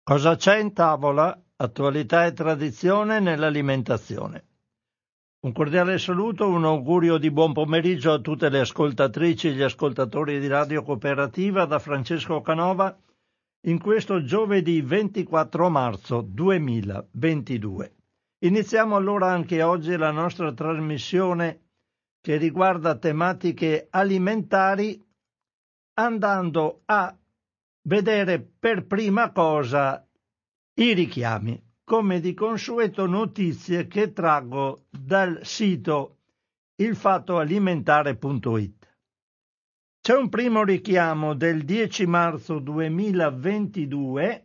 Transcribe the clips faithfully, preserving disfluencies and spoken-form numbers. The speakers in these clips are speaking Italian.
Cosa c'è in tavola? Attualità e tradizione nell'alimentazione. Un cordiale saluto, un augurio di buon pomeriggio a tutte le ascoltatrici e gli ascoltatori di Radio Cooperativa da Francesco Canova in questo giovedì ventiquattro marzo duemilaventidue. Iniziamo allora anche oggi la nostra trasmissione che riguarda tematiche alimentari, andando a vedere per prima cosa i richiami, come di consueto notizie che traggo dal sito ilfattoalimentare punto it. C'è un primo richiamo del dieci marzo duemilaventidue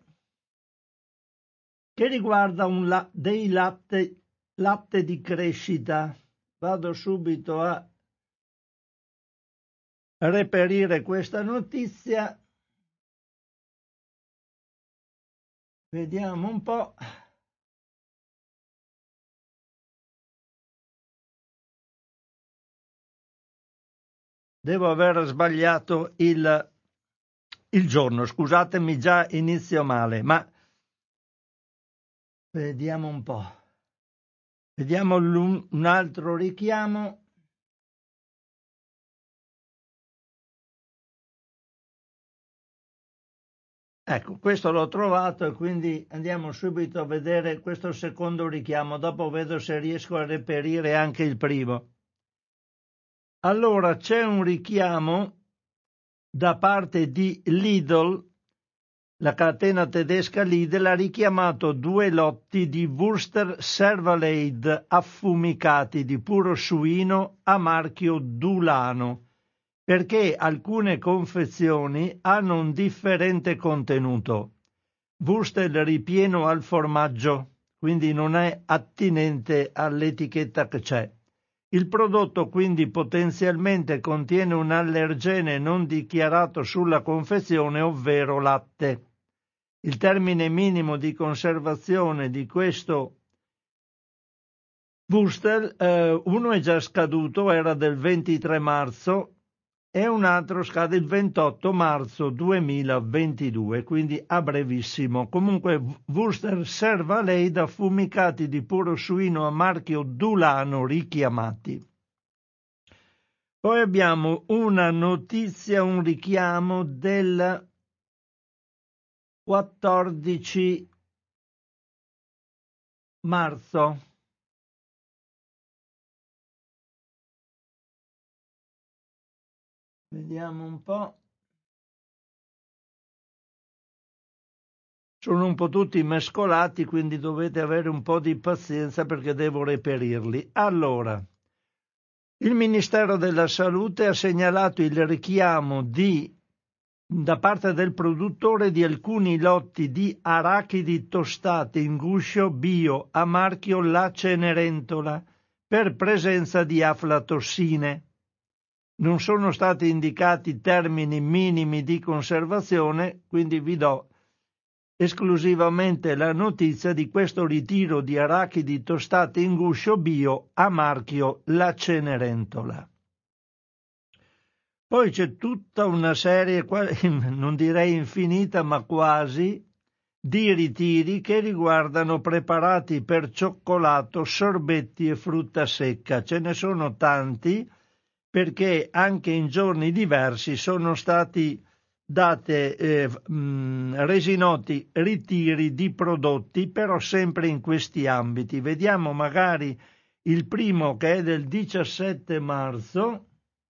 che riguarda un la- dei latte, latte di crescita. Vado subito a reperire questa notizia. Vediamo un po'. Devo aver sbagliato il, il giorno, scusatemi, già inizio male, ma vediamo un po'. Vediamo un altro richiamo. Ecco, questo l'ho trovato e quindi andiamo subito a vedere questo secondo richiamo, dopo vedo se riesco a reperire anche il primo. Allora, c'è un richiamo da parte di Lidl. La catena tedesca Lidl ha richiamato due lotti di Wurster Servalade affumicati di puro suino a marchio Dulano, perché alcune confezioni hanno un differente contenuto. Wurster ripieno al formaggio, quindi non è attinente all'etichetta che c'è. Il prodotto quindi potenzialmente contiene un allergene non dichiarato sulla confezione, ovvero latte. Il termine minimo di conservazione di questo Wurster, eh, uno è già scaduto, era del ventitré marzo, e un altro scade il ventotto marzo duemilaventidue, quindi a brevissimo. Comunque Wurster Servalade affumicati di puro suino a marchio Dulano richiamati. Poi abbiamo una notizia, un richiamo del quattordici marzo. Vediamo un po'. Sono un po' tutti mescolati, quindi dovete avere un po' di pazienza perché devo reperirli. Allora, il Ministero della Salute ha segnalato il richiamo di, da parte del produttore di alcuni lotti di arachidi tostate in guscio bio a marchio La Cenerentola per presenza di aflatossine. Non sono stati indicati termini minimi di conservazione, quindi vi do esclusivamente la notizia di questo ritiro di arachidi tostate in guscio bio a marchio La Cenerentola. Poi c'è tutta una serie, non direi infinita, ma quasi, di ritiri che riguardano preparati per cioccolato, sorbetti e frutta secca. Ce ne sono tanti, perché anche in giorni diversi sono stati date, eh, mh, resi noti ritiri di prodotti, però sempre in questi ambiti. Vediamo magari il primo, che è del diciassette marzo.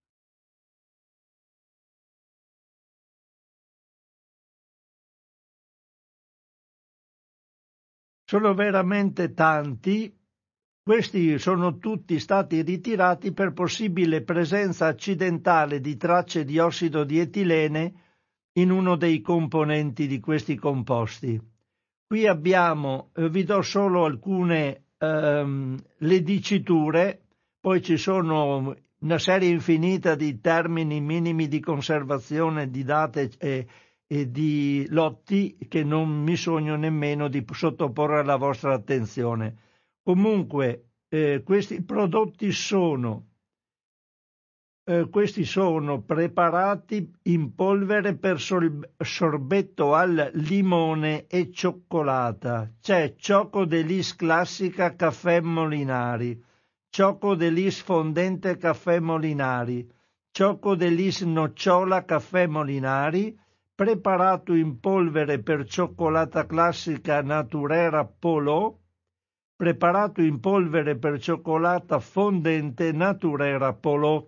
Sono veramente tanti. Questi sono tutti stati ritirati per possibile presenza accidentale di tracce di ossido di etilene in uno dei componenti di questi composti. Qui abbiamo, eh, vi do solo alcune ehm, le diciture, poi ci sono una serie infinita di termini minimi di conservazione, di date e, e di lotti che non mi sogno nemmeno di sottoporre alla vostra attenzione. Comunque, eh, questi prodotti sono Eh, questi sono preparati in polvere per sol- sorbetto al limone e cioccolata. C'è Choco Delis classica caffè Molinari, Choco Delis fondente caffè Molinari, Choco Delis nocciola caffè Molinari, preparato in polvere per cioccolata classica Naturera Polò, preparato in polvere per cioccolata fondente Naturera Polò,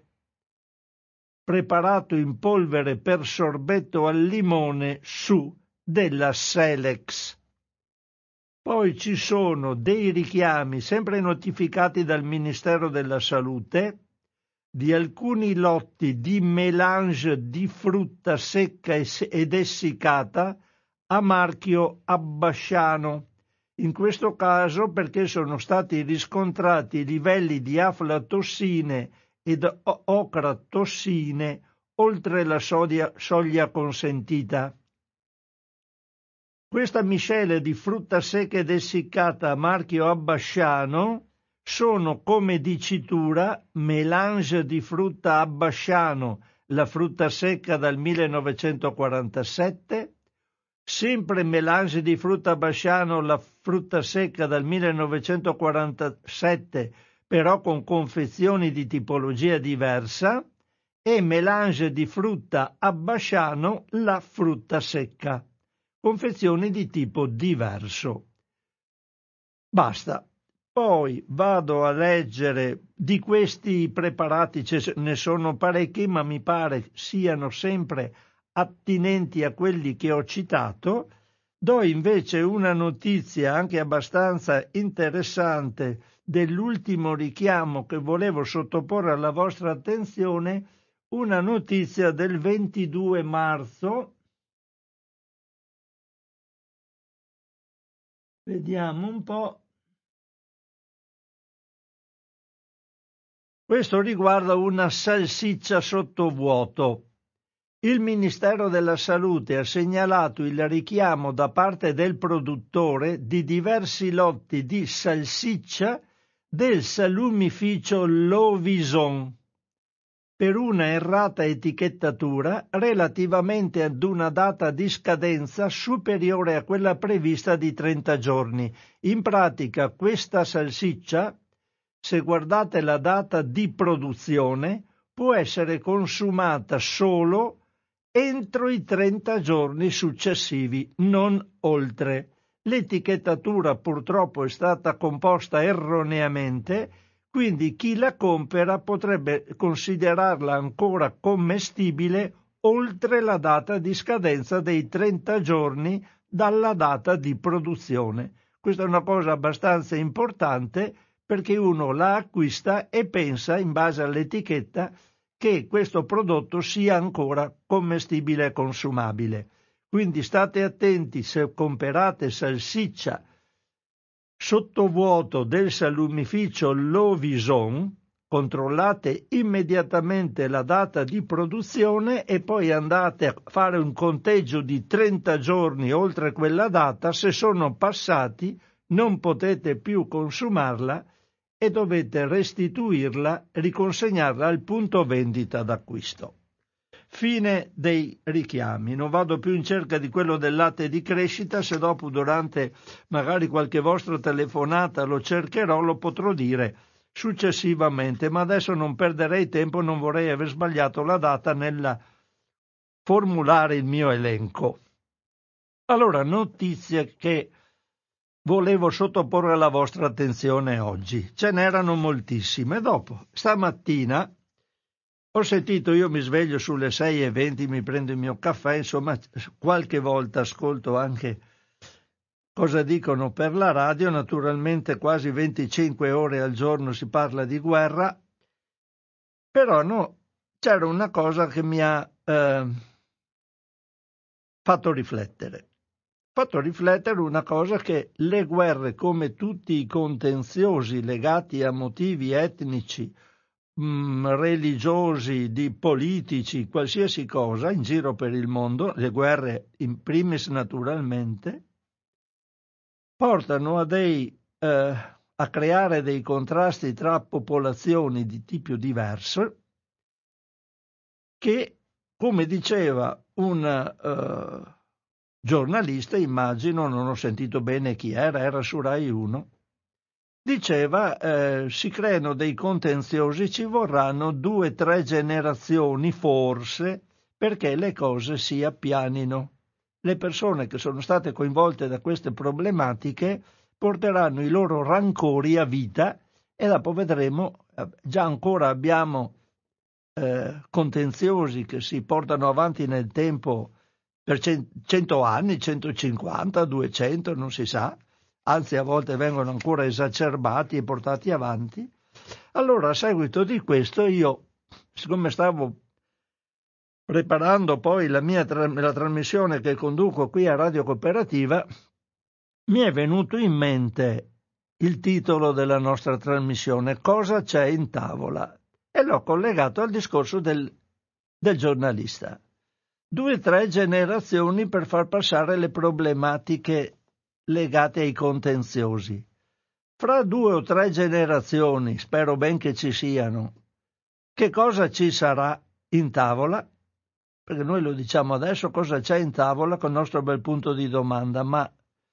preparato in polvere per sorbetto al limone su della Selex. Poi ci sono dei richiami, sempre notificati dal Ministero della Salute, di alcuni lotti di melange di frutta secca ed essiccata a marchio Abbasciano. In questo caso perché sono stati riscontrati livelli di aflatossine ed ocratossine oltre la soglia, soglia consentita. Questa miscela di frutta secca ed essiccata a marchio Abbasciano sono come dicitura melange di frutta Abbasciano, la frutta secca dal millenovecentoquarantasette, sempre melange di frutta Abbasciano, la frutta secca dal millenovecentoquarantasette, però con confezioni di tipologia diversa, e melange di frutta Abbasciano, la frutta secca, confezioni di tipo diverso. Basta. Poi vado a leggere di questi preparati, ce ne sono parecchi, ma mi pare siano sempre attinenti a quelli che ho citato. Do invece una notizia anche abbastanza interessante dell'ultimo richiamo che volevo sottoporre alla vostra attenzione, una notizia del ventidue marzo. Vediamo un po'. Questo riguarda una salsiccia sottovuoto. Il Ministero della Salute ha segnalato il richiamo da parte del produttore di diversi lotti di salsiccia del salumificio Lovison per una errata etichettatura relativamente ad una data di scadenza superiore a quella prevista di trenta giorni. In pratica questa salsiccia, se guardate la data di produzione, può essere consumata solo entro i trenta giorni successivi, non oltre. L'etichettatura purtroppo è stata composta erroneamente, quindi chi la compra potrebbe considerarla ancora commestibile oltre la data di scadenza dei trenta giorni dalla data di produzione. Questa è una cosa abbastanza importante, perché uno la acquista e pensa, in base all'etichetta, che questo prodotto sia ancora commestibile e consumabile. Quindi state attenti, se comprate salsiccia sottovuoto del salumificio Lovison, controllate immediatamente la data di produzione e poi andate a fare un conteggio di trenta giorni oltre quella data. Se sono passati non potete più consumarla e dovete restituirla, riconsegnarla al punto vendita d'acquisto. Fine dei richiami. Non vado più in cerca di quello del latte di crescita, se dopo durante magari qualche vostra telefonata lo cercherò, lo potrò dire successivamente, ma adesso non perderei tempo, non vorrei aver sbagliato la data nel formulare il mio elenco. Allora, notizie che volevo sottoporre alla vostra attenzione oggi. Ce n'erano moltissime. Dopo, stamattina, ho sentito, io mi sveglio sulle sei e venti, mi prendo il mio caffè, insomma, qualche volta ascolto anche cosa dicono per la radio, naturalmente quasi venticinque ore al giorno si parla di guerra, però no, c'era una cosa che mi ha eh, fatto riflettere. fatto riflettere una cosa, che le guerre, come tutti i contenziosi legati a motivi etnici, mh, religiosi, di politici, qualsiasi cosa in giro per il mondo, le guerre in primis naturalmente, portano a, dei, eh, a creare dei contrasti tra popolazioni di tipo diverso che, come diceva un uh, giornalista, immagino, non ho sentito bene chi era, era su Rai uno, diceva eh, si creano dei contenziosi, ci vorranno due o tre generazioni forse perché le cose si appianino. Le persone che sono state coinvolte da queste problematiche porteranno i loro rancori a vita e dopo vedremo, già ancora abbiamo eh, contenziosi che si portano avanti nel tempo per cento anni, centocinquanta, duecento, non si sa, anzi a volte vengono ancora esacerbati e portati avanti. Allora, a seguito di questo, io, siccome stavo preparando poi la mia la trasmissione che conduco qui a Radio Cooperativa, mi è venuto in mente il titolo della nostra trasmissione, Cosa c'è in tavola? E l'ho collegato al discorso del, del giornalista. Due o tre generazioni per far passare le problematiche legate ai contenziosi. Fra due o tre generazioni, spero ben che ci siano, che cosa ci sarà in tavola? Perché noi lo diciamo adesso, cosa c'è in tavola con il nostro bel punto di domanda, ma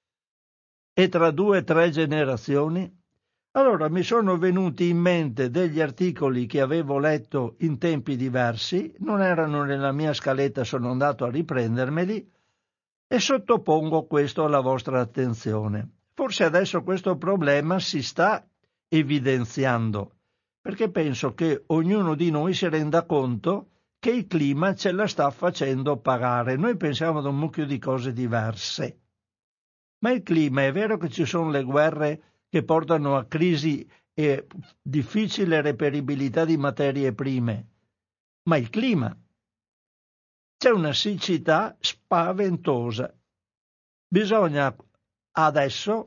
e tra due o tre generazioni? Allora mi sono venuti in mente degli articoli che avevo letto in tempi diversi, non erano nella mia scaletta, sono andato a riprendermeli e sottopongo questo alla vostra attenzione. Forse adesso questo problema si sta evidenziando, perché penso che ognuno di noi si renda conto che il clima ce la sta facendo pagare. Noi pensiamo ad un mucchio di cose diverse, ma il clima, è vero che ci sono le guerre che portano a crisi e difficile reperibilità di materie prime, ma il clima, c'è una siccità spaventosa. Bisogna adesso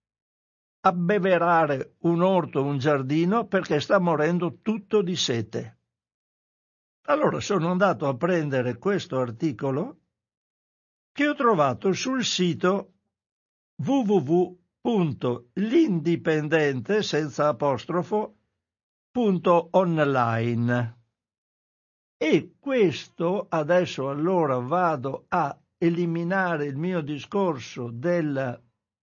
abbeverare un orto, un giardino, perché sta morendo tutto di sete. Allora sono andato a prendere questo articolo che ho trovato sul sito w w w punto l'indipendente senza apostrofo punto online, e questo adesso allora vado a eliminare il mio discorso del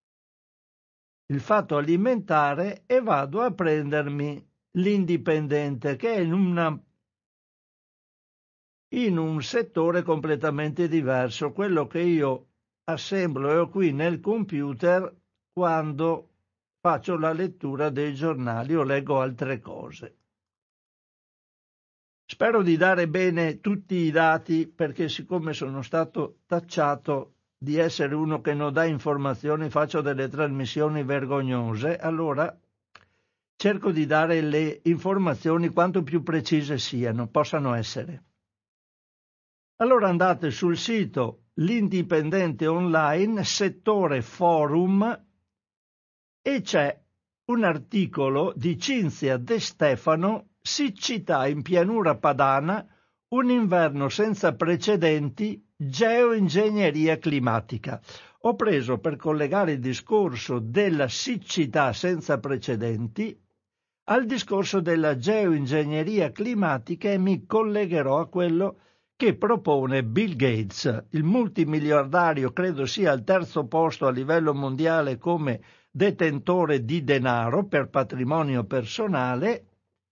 il fatto alimentare e vado a prendermi l'indipendente, che è in una in un settore completamente diverso, quello che io assemblo e ho qui nel computer quando faccio la lettura dei giornali o leggo altre cose. Spero di dare bene tutti i dati, perché siccome sono stato tacciato di essere uno che non dà informazioni, faccio delle trasmissioni vergognose, allora cerco di dare le informazioni quanto più precise siano, possano essere. Allora andate sul sito L'Indipendente Online, settore forum, e c'è un articolo di Cinzia De Stefano, siccità in pianura padana, un inverno senza precedenti, geoingegneria climatica. Ho preso per collegare il discorso della siccità senza precedenti al discorso della geoingegneria climatica e mi collegherò a quello che propone Bill Gates, il multimiliardario, credo sia al terzo posto a livello mondiale come detentore di denaro per patrimonio personale.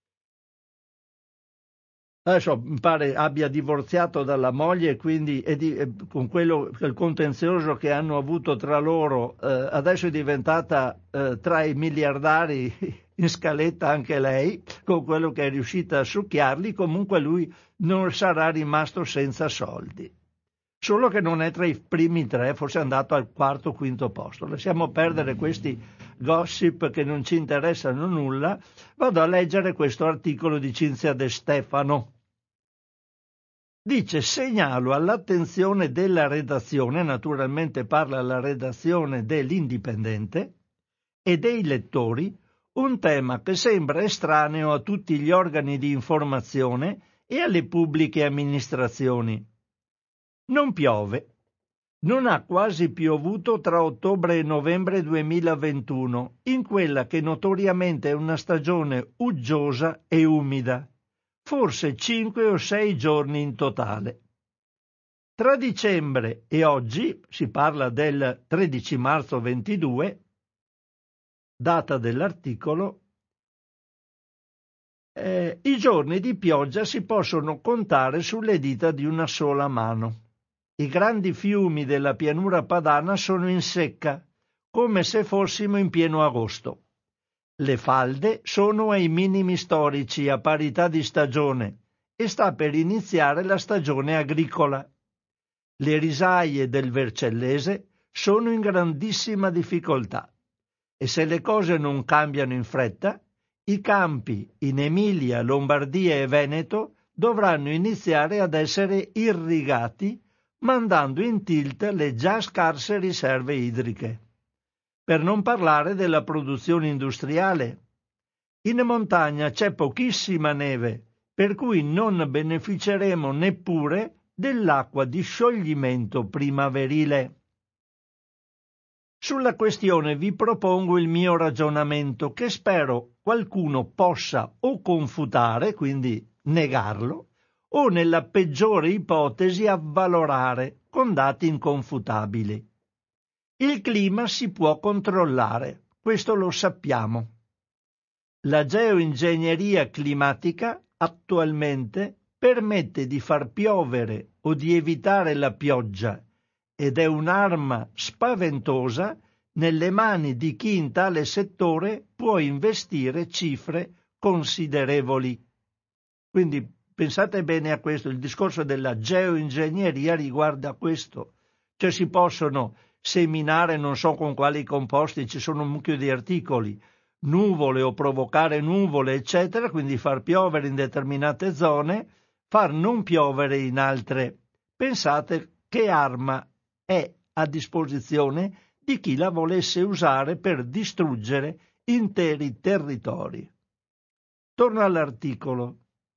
Adesso mi pare abbia divorziato dalla moglie, quindi è di, è, con quello, il contenzioso che hanno avuto tra loro, eh, adesso è diventata eh, tra i miliardari in scaletta anche lei, con quello che è riuscita a succhiarli. Comunque lui non sarà rimasto senza soldi. Solo che non è tra i primi tre, forse è andato al quarto o quinto posto. Lasciamo perdere questi gossip che non ci interessano nulla. Vado a leggere questo articolo di Cinzia De Stefano. Dice: segnalo all'attenzione della redazione, naturalmente parla alla redazione dell'Indipendente, e dei lettori, un tema che sembra estraneo a tutti gli organi di informazione e alle pubbliche amministrazioni. Non piove. Non ha quasi piovuto tra ottobre e novembre duemilaventuno, in quella che notoriamente è una stagione uggiosa e umida. forse cinque o sei giorni in totale. Tra dicembre e oggi, si parla del tredici marzo ventidue, data dell'articolo, eh, i giorni di pioggia si possono contare sulle dita di una sola mano. I grandi fiumi della pianura padana sono in secca, come se fossimo in pieno agosto. Le falde sono ai minimi storici a parità di stagione e sta per iniziare la stagione agricola. Le risaie del Vercellese sono in grandissima difficoltà e se le cose non cambiano in fretta, i campi in Emilia, Lombardia e Veneto dovranno iniziare ad essere irrigati mandando in tilt le già scarse riserve idriche. Per non parlare della produzione industriale. In montagna c'è pochissima neve, per cui non beneficeremo neppure dell'acqua di scioglimento primaverile. Sulla questione vi propongo il mio ragionamento che spero qualcuno possa o confutare, quindi negarlo, o nella peggiore ipotesi avvalorare con dati inconfutabili. Il clima si può controllare, questo lo sappiamo. La geoingegneria climatica attualmente permette di far piovere o di evitare la pioggia ed è un'arma spaventosa nelle mani di chi in tale settore può investire cifre considerevoli. Quindi pensate bene a questo, il discorso della geoingegneria riguarda questo, cioè si possono seminare non so con quali composti, ci sono un mucchio di articoli, nuvole o provocare nuvole eccetera, quindi far piovere in determinate zone, far non piovere in altre. Pensate che arma è a disposizione di chi la volesse usare per distruggere interi territori. Torno all'articolo.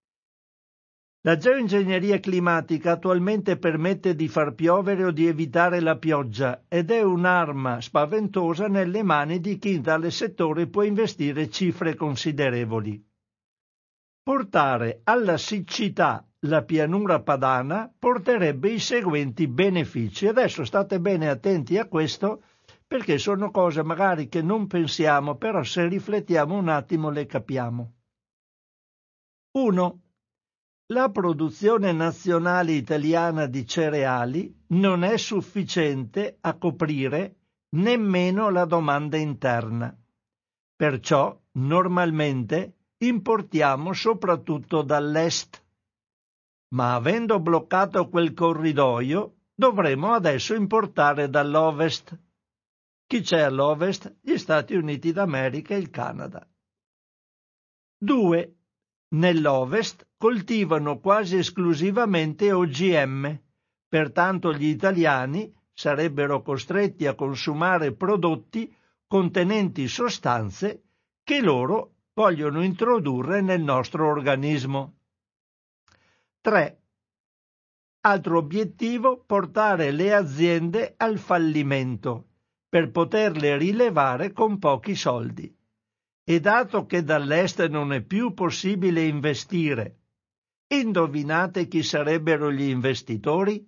La geoingegneria climatica attualmente permette di far piovere o di evitare la pioggia ed è un'arma spaventosa nelle mani di chi in tale settore può investire cifre considerevoli. Portare alla siccità la pianura padana porterebbe i seguenti benefici. Adesso state bene attenti a questo perché sono cose magari che non pensiamo, però se riflettiamo un attimo le capiamo. uno. La produzione nazionale italiana di cereali non è sufficiente a coprire nemmeno la domanda interna. Perciò, normalmente, importiamo soprattutto dall'est. Ma avendo bloccato quel corridoio, dovremo adesso importare dall'ovest. Chi c'è all'ovest? Gli Stati Uniti d'America e il Canada. due. Nell'Ovest coltivano quasi esclusivamente O G M, pertanto gli italiani sarebbero costretti a consumare prodotti contenenti sostanze che loro vogliono introdurre nel nostro organismo. tre. Altro obiettivo, portare le aziende al fallimento, per poterle rilevare con pochi soldi. E dato che dall'est non è più possibile investire, indovinate chi sarebbero gli investitori?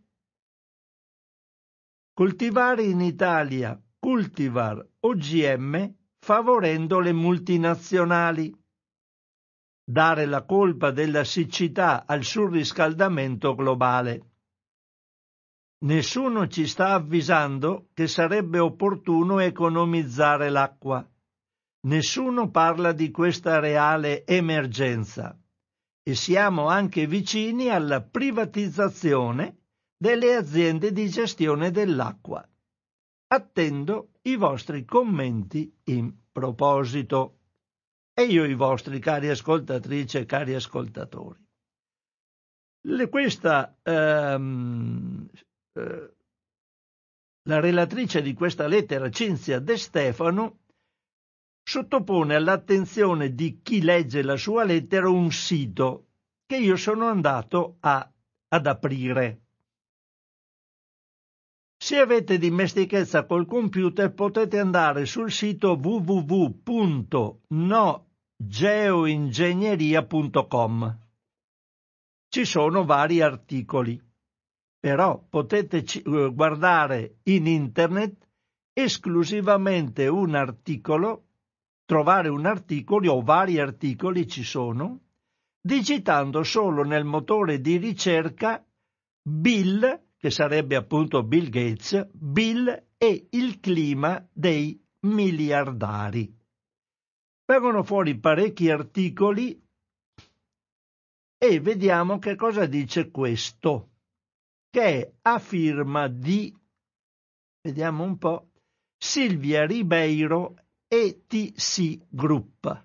Coltivare in Italia cultivar O G M favorendo le multinazionali. Dare la colpa della siccità al surriscaldamento globale. Nessuno ci sta avvisando che sarebbe opportuno economizzare l'acqua. Nessuno parla di questa reale emergenza e siamo anche vicini alla privatizzazione delle aziende di gestione dell'acqua. Attendo i vostri commenti in proposito e io i vostri cari ascoltatrici e cari ascoltatori. Le, questa ehm, eh, la relatrice di questa lettera, Cinzia De Stefano, sottopone all'attenzione di chi legge la sua lettera un sito che io sono andato a, ad aprire. Se avete dimestichezza col computer potete andare sul sito w w w punto no geoingegneria punto com. ci sono vari articoli, però potete guardare in internet esclusivamente un articolo, trovare un articolo o vari articoli ci sono, digitando solo nel motore di ricerca Bill, che sarebbe appunto Bill Gates, Bill e il clima dei miliardari. Vengono fuori parecchi articoli e vediamo che cosa dice questo, che è a firma di, vediamo un po', Silvia Ribeiro e T C Group.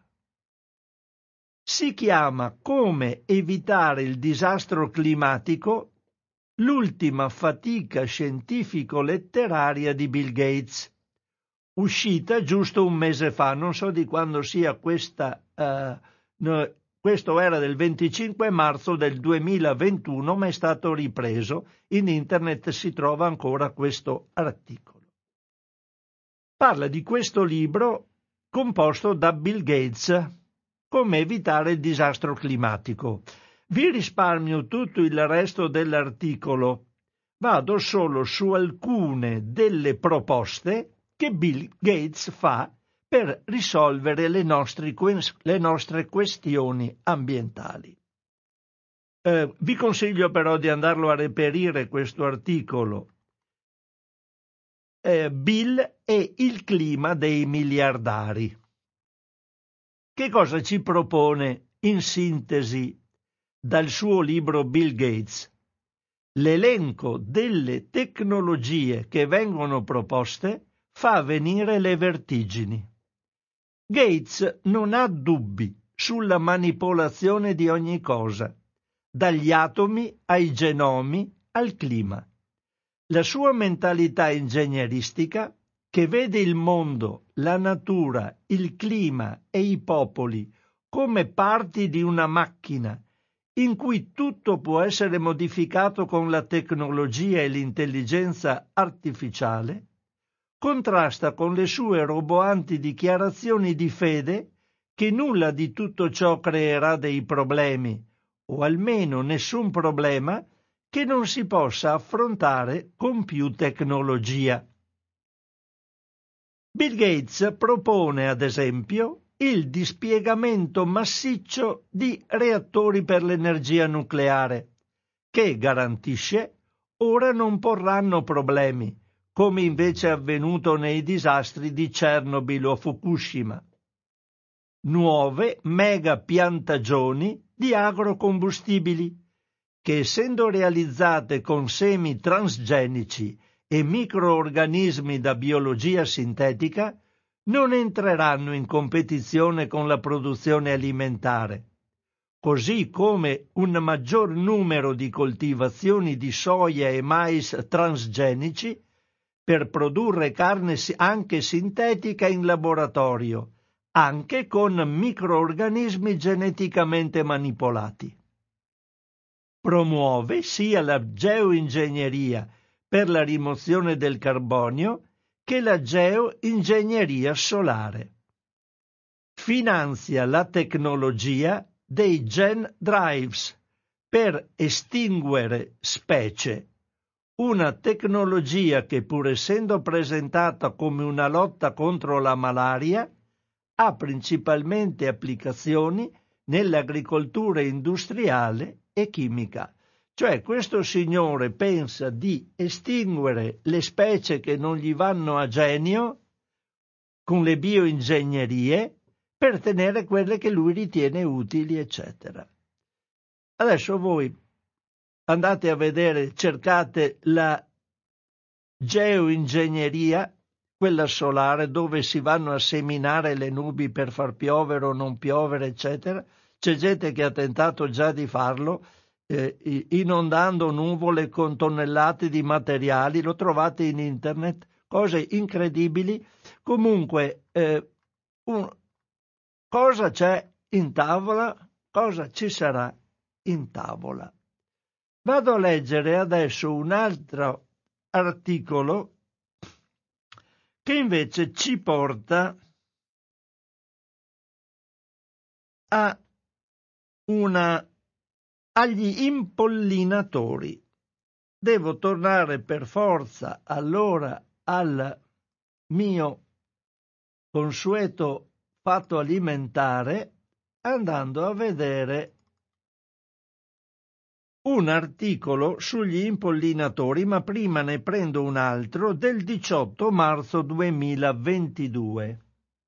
Si chiama Come evitare il disastro climatico, l'ultima fatica scientifico-letteraria di Bill Gates, uscita giusto un mese fa, non so di quando sia questa, uh, no, questo era del venticinque marzo del duemilaventuno, ma è stato ripreso, in internet si trova ancora questo articolo. Parla di questo libro composto da Bill Gates, Come evitare il disastro climatico. Vi risparmio tutto il resto dell'articolo, vado solo su alcune delle proposte che Bill Gates fa per risolvere le nostre, le nostre questioni ambientali. Eh, vi consiglio però di andarlo a reperire questo articolo. Eh, Bill e il clima dei miliardari. Che cosa ci propone in sintesi dal suo libro Bill Gates? L'elenco delle tecnologie che vengono proposte fa venire le vertigini. Gates non ha dubbi sulla manipolazione di ogni cosa, dagli atomi ai genomi al clima. La sua mentalità ingegneristica, che vede il mondo, la natura, il clima e i popoli come parti di una macchina in cui tutto può essere modificato con la tecnologia e l'intelligenza artificiale, contrasta con le sue roboanti dichiarazioni di fede che nulla di tutto ciò creerà dei problemi, o almeno nessun problema che non si possa affrontare con più tecnologia. Bill Gates propone, ad esempio, il dispiegamento massiccio di reattori per l'energia nucleare, che garantisce ora non porranno problemi, come invece è avvenuto nei disastri di Chernobyl o Fukushima. Nuove mega piantagioni di agrocombustibili, che essendo realizzate con semi transgenici e microorganismi da biologia sintetica, non entreranno in competizione con la produzione alimentare, così come un maggior numero di coltivazioni di soia e mais transgenici per produrre carne anche sintetica in laboratorio, anche con microorganismi geneticamente manipolati. Promuove sia la geoingegneria per la rimozione del carbonio che la geoingegneria solare. Finanzia la tecnologia dei gen drives per estinguere specie, una tecnologia che, pur essendo presentata come una lotta contro la malaria, ha principalmente applicazioni nell'agricoltura industriale e chimica. Cioè questo signore pensa di estinguere le specie che non gli vanno a genio con le bioingegnerie per tenere quelle che lui ritiene utili, eccetera. Adesso voi andate a vedere, cercate la geoingegneria, quella solare, dove si vanno a seminare le nubi per far piovere o non piovere, eccetera. C'è gente che ha tentato già di farlo, eh, inondando nuvole con tonnellate di materiali, lo trovate in internet, cose incredibili. Comunque, eh, un, cosa c'è in tavola? Cosa ci sarà in tavola? Vado a leggere adesso un altro articolo che invece ci porta a una agli impollinatori. Devo tornare per forza allora al mio consueto fatto alimentare, andando a vedere un articolo sugli impollinatori, ma prima ne prendo un altro del diciotto marzo duemilaventidue.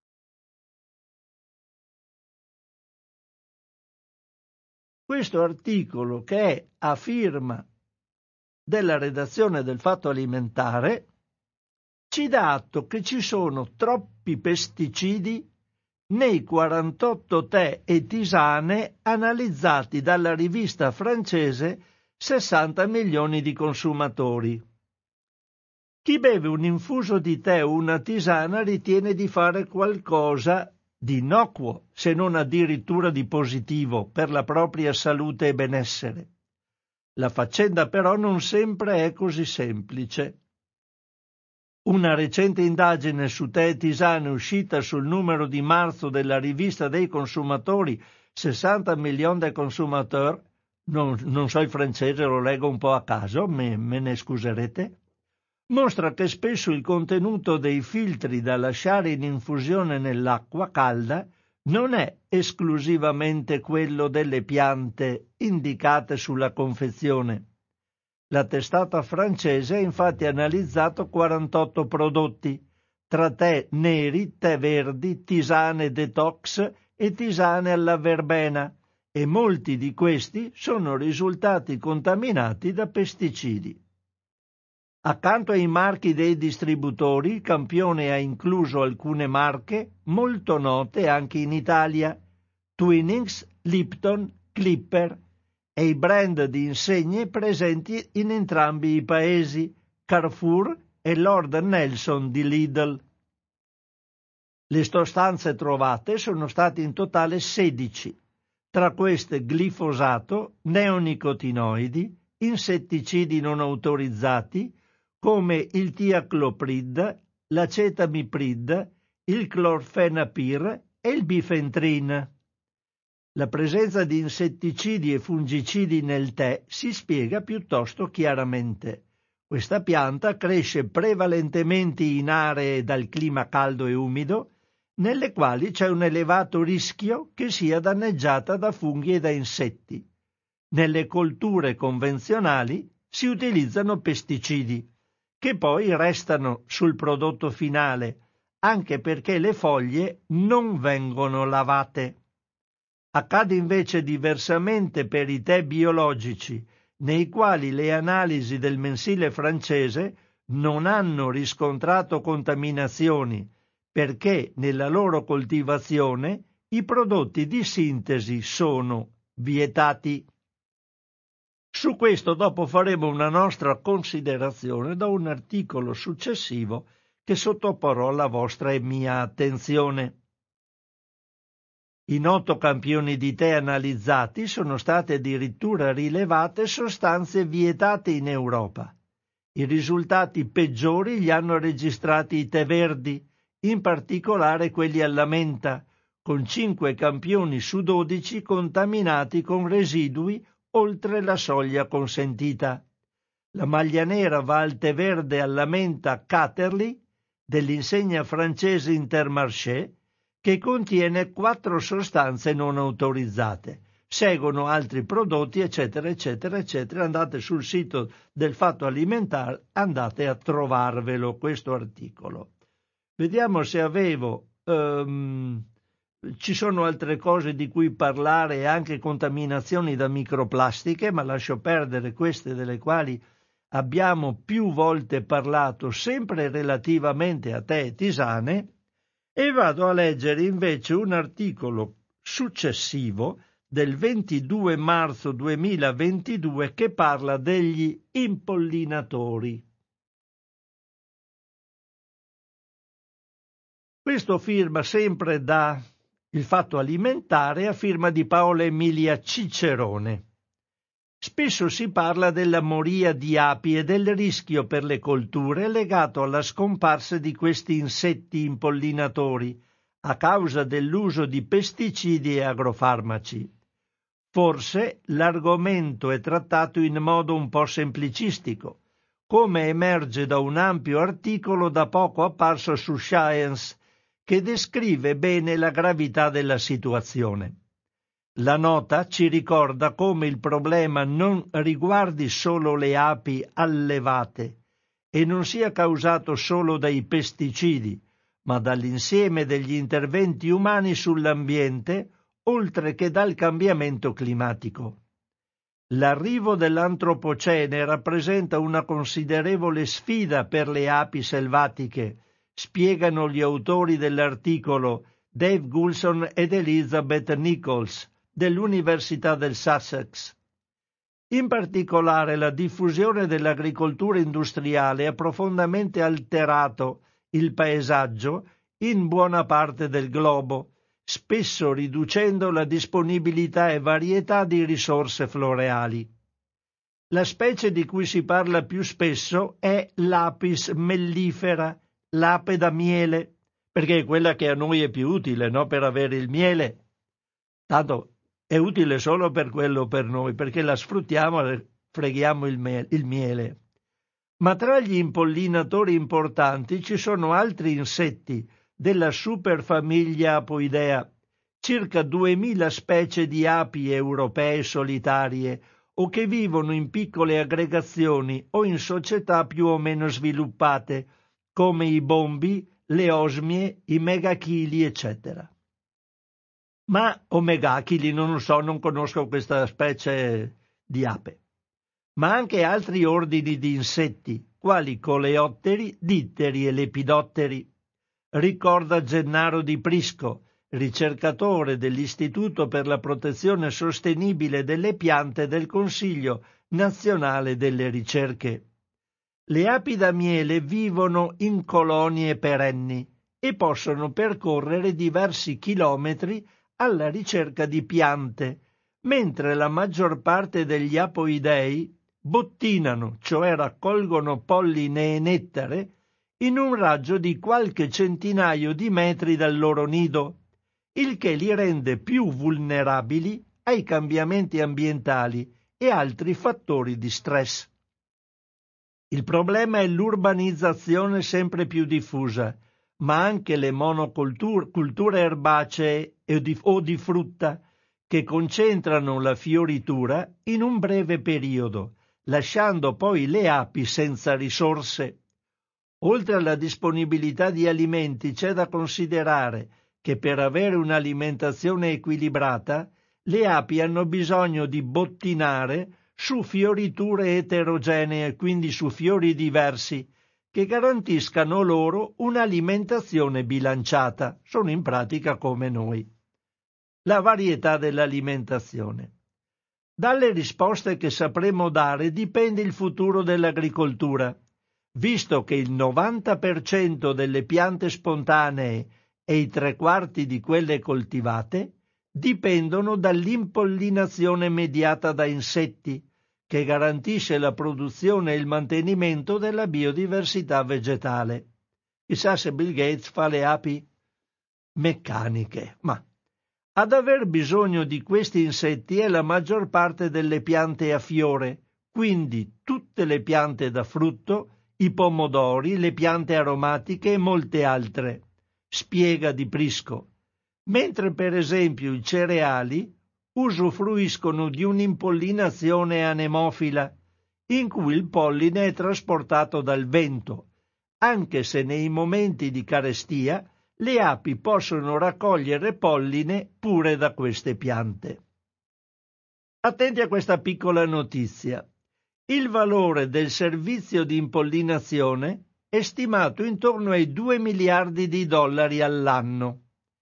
Questo articolo, che è a firma della redazione del Fatto Alimentare, ci dà atto che ci sono troppi pesticidi nei quarantotto tè e tisane analizzati dalla rivista francese sessanta milioni di consumatori. Chi beve un infuso di tè o una tisana ritiene di fare qualcosa di innocuo, se non addirittura di positivo, per la propria salute e benessere. La faccenda però non sempre è così semplice. Una recente indagine su tè e tisane uscita sul numero di marzo della rivista dei consumatori, sessanta milioni de consommateurs, non, non so il francese, lo leggo un po' a caso, me, me ne scuserete, mostra che spesso il contenuto dei filtri da lasciare in infusione nell'acqua calda non è esclusivamente quello delle piante indicate sulla confezione. La testata francese ha infatti analizzato quarantotto prodotti, tra tè neri, tè verdi, tisane detox e tisane alla verbena, e molti di questi sono risultati contaminati da pesticidi. Accanto ai marchi dei distributori, il campione ha incluso alcune marche molto note anche in Italia: Twinings, Lipton, Clipper, e i brand di insegne presenti in entrambi i paesi, Carrefour e Lord Nelson di Lidl. Le sostanze trovate sono state in totale sedici, tra queste glifosato, neonicotinoidi, insetticidi non autorizzati come il tiacloprid, l'acetamiprid, il clorfenapir e il bifentrin. La presenza di insetticidi e fungicidi nel tè si spiega piuttosto chiaramente. Questa pianta cresce prevalentemente in aree dal clima caldo e umido, nelle quali c'è un elevato rischio che sia danneggiata da funghi e da insetti. Nelle colture convenzionali si utilizzano pesticidi, che poi restano sul prodotto finale, anche perché le foglie non vengono lavate. Accade invece diversamente per i tè biologici, nei quali le analisi del mensile francese non hanno riscontrato contaminazioni, perché nella loro coltivazione i prodotti di sintesi sono vietati. Su questo dopo faremo una nostra considerazione da un articolo successivo che sottoporrò alla vostra e mia attenzione. In otto campioni di tè analizzati sono state addirittura rilevate sostanze vietate in Europa. I risultati peggiori li hanno registrati i tè verdi, in particolare quelli alla menta, con cinque campioni su dodici contaminati con residui oltre la soglia consentita. La maglia nera va al tè verde alla menta Caterly, dell'insegna francese Intermarché, che contiene quattro sostanze non autorizzate. Seguono altri prodotti, eccetera, eccetera, eccetera. Andate sul sito del Fatto Alimentare, andate a trovarvelo questo articolo. Vediamo se avevo... Um, ci sono altre cose di cui parlare e anche contaminazioni da microplastiche, ma lascio perdere queste delle quali abbiamo più volte parlato, sempre relativamente a tè e tisane, e vado a leggere invece un articolo successivo del ventidue marzo duemilaventidue che parla degli impollinatori. Questo firma sempre da Il Fatto Alimentare, a firma di Paola Emilia Cicerone. Spesso si parla della moria di api e del rischio per le colture legato alla scomparsa di questi insetti impollinatori a causa dell'uso di pesticidi e agrofarmaci. Forse l'argomento è trattato in modo un po' semplicistico, come emerge da un ampio articolo da poco apparso su Science, che descrive bene la gravità della situazione. La nota ci ricorda come il problema non riguardi solo le api allevate e non sia causato solo dai pesticidi, ma dall'insieme degli interventi umani sull'ambiente, oltre che dal cambiamento climatico. L'arrivo dell'antropocene rappresenta una considerevole sfida per le api selvatiche, spiegano gli autori dell'articolo Dave Goulson ed Elizabeth Nichols dell'Università del Sussex. In particolare la diffusione dell'agricoltura industriale ha profondamente alterato il paesaggio in buona parte del globo, spesso riducendo la disponibilità e varietà di risorse floreali. La specie di cui si parla più spesso è l'Apis mellifera, l'ape da miele, perché è quella che a noi è più utile, no? Per avere il miele. Tanto è utile solo per quello per noi, perché la sfruttiamo e freghiamo il, me- il miele. Ma tra gli impollinatori importanti ci sono altri insetti della superfamiglia Apoidea, circa duemila specie di api europee solitarie o che vivono in piccole aggregazioni o in società più o meno sviluppate, come i bombi, le osmie, i megachili, eccetera. Ma o megachili, non lo so, non conosco questa specie di ape. Ma anche altri ordini di insetti, quali coleotteri, ditteri e lepidotteri. Ricorda Gennaro Di Prisco, ricercatore dell'Istituto per la protezione sostenibile delle piante del Consiglio nazionale delle ricerche. Le api da miele vivono in colonie perenni e possono percorrere diversi chilometri alla ricerca di piante, mentre la maggior parte degli apoidei bottinano, cioè raccolgono polline e nettare, in un raggio di qualche centinaio di metri dal loro nido, il che li rende più vulnerabili ai cambiamenti ambientali e altri fattori di stress. Il problema è l'urbanizzazione sempre più diffusa, ma anche le monoculture culture erbacee o di, o di frutta, che concentrano la fioritura in un breve periodo, lasciando poi le api senza risorse. Oltre alla disponibilità di alimenti c'è da considerare che per avere un'alimentazione equilibrata le api hanno bisogno di bottinare su fioriture eterogenee, quindi su fiori diversi, che garantiscano loro un'alimentazione bilanciata. Sono in pratica come noi. La varietà dell'alimentazione. Dalle risposte che sapremo dare dipende il futuro dell'agricoltura, visto che il novanta per cento delle piante spontanee e i tre quarti di quelle coltivate dipendono dall'impollinazione mediata da insetti, che garantisce la produzione e il mantenimento della biodiversità vegetale. Chissà se Bill Gates fa le api meccaniche, ma ad aver bisogno di questi insetti è la maggior parte delle piante a fiore, quindi tutte le piante da frutto, i pomodori, le piante aromatiche e molte altre, spiega Di Prisco, mentre per esempio i cereali usufruiscono di un'impollinazione anemofila, in cui il polline è trasportato dal vento, anche se nei momenti di carestia le api possono raccogliere polline pure da queste piante. Attenti a questa piccola notizia. Il valore del servizio di impollinazione è stimato intorno ai due miliardi di dollari all'anno.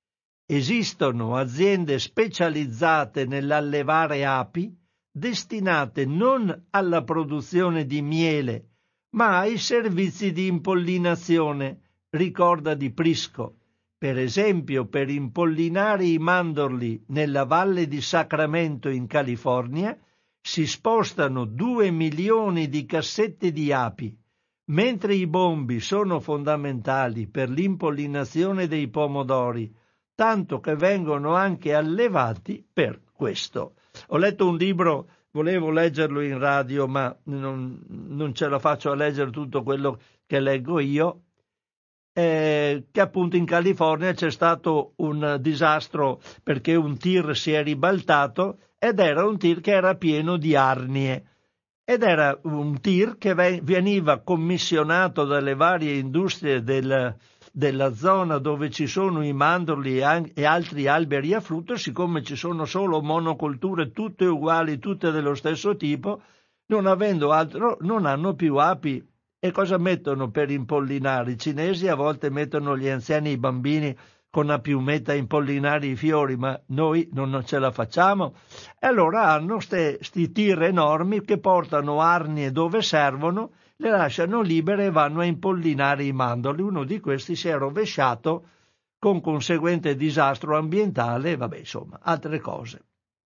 Esistono aziende specializzate nell'allevare api destinate non alla produzione di miele, ma ai servizi di impollinazione, ricorda Di Prisco, per esempio per impollinare i mandorli nella valle di Sacramento in California si spostano due milioni di cassette di api, mentre i bombi sono fondamentali per l'impollinazione dei pomodori, tanto che vengono anche allevati per questo. ho letto un libro, volevo leggerlo in radio, ma non, non ce la faccio a leggere tutto quello che leggo io, eh, che appunto in California c'è stato un disastro perché un tir si è ribaltato ed era un tir che era pieno di arnie. Ed era un tir che veniva commissionato dalle varie industrie del, della zona dove ci sono i mandorli e altri alberi a frutto. Siccome ci sono solo monocolture tutte uguali, tutte dello stesso tipo, non avendo altro, non hanno più api. E cosa mettono per impollinare? I cinesi a volte mettono gli anziani e i bambini con la piumetta a impollinare i fiori, ma noi non ce la facciamo. E allora hanno questi tir enormi che portano arnie dove servono, le lasciano libere e vanno a impollinare i mandorli. Uno di questi si è rovesciato con conseguente disastro ambientale, vabbè, insomma, altre cose.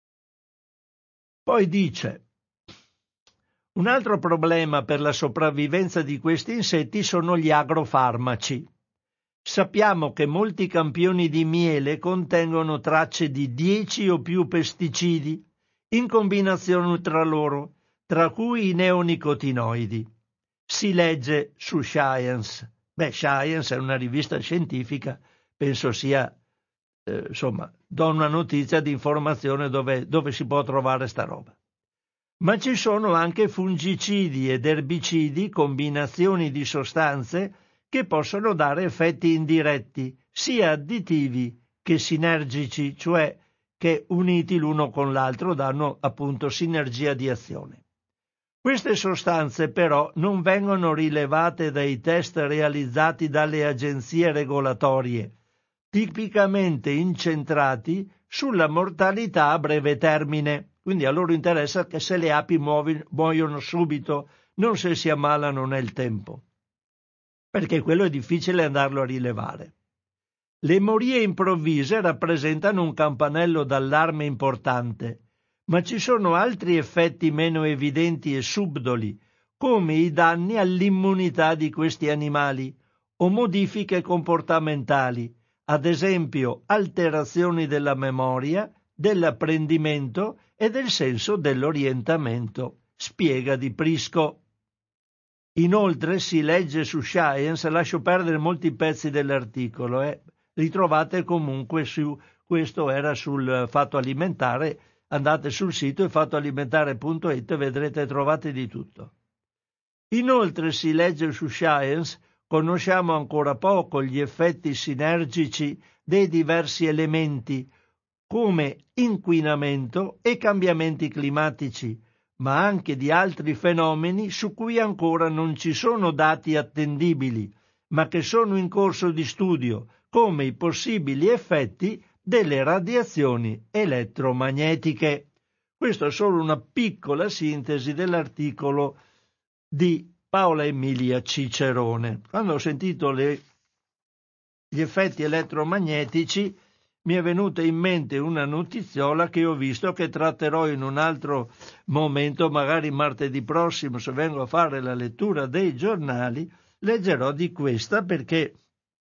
Poi dice: un altro problema per la sopravvivenza di questi insetti sono gli agrofarmaci. Sappiamo che molti campioni di miele contengono tracce di dieci o più pesticidi in combinazione tra loro, tra cui i neonicotinoidi. Si legge su Science. Beh, Science è una rivista scientifica, penso sia, eh, insomma, do una notizia di informazione dove, dove si può trovare sta roba. Ma ci sono anche fungicidi ed erbicidi, combinazioni di sostanze che possono dare effetti indiretti, sia additivi che sinergici, cioè che uniti l'uno con l'altro danno appunto sinergia di azione. Queste sostanze però non vengono rilevate dai test realizzati dalle agenzie regolatorie, tipicamente incentrati sulla mortalità a breve termine. Quindi a loro interessa che se le api muovi, muoiono subito, non se si ammalano nel tempo, perché quello è difficile andarlo a rilevare. Le morie improvvise rappresentano un campanello d'allarme importante, ma ci sono altri effetti meno evidenti e subdoli, come i danni all'immunità di questi animali o modifiche comportamentali, ad esempio alterazioni della memoria, dell'apprendimento e del senso dell'orientamento, spiega Di Prisco. Inoltre si legge su Science, lascio perdere molti pezzi dell'articolo, eh. Ritrovate comunque su, questo era sul Fatto Alimentare, andate sul sito fattoalimentare punto it e vedrete, trovate di tutto. Inoltre si legge su Science, conosciamo ancora poco gli effetti sinergici dei diversi elementi, come inquinamento e cambiamenti climatici, ma anche di altri fenomeni su cui ancora non ci sono dati attendibili, ma che sono in corso di studio, come i possibili effetti delle radiazioni elettromagnetiche. Questa è solo una piccola sintesi dell'articolo di Paola Emilia Cicerone. Quando ho sentito le, gli effetti elettromagnetici mi è venuta in mente una notiziola che ho visto, che tratterò in un altro momento, magari martedì prossimo, se vengo a fare la lettura dei giornali, leggerò di questa, perché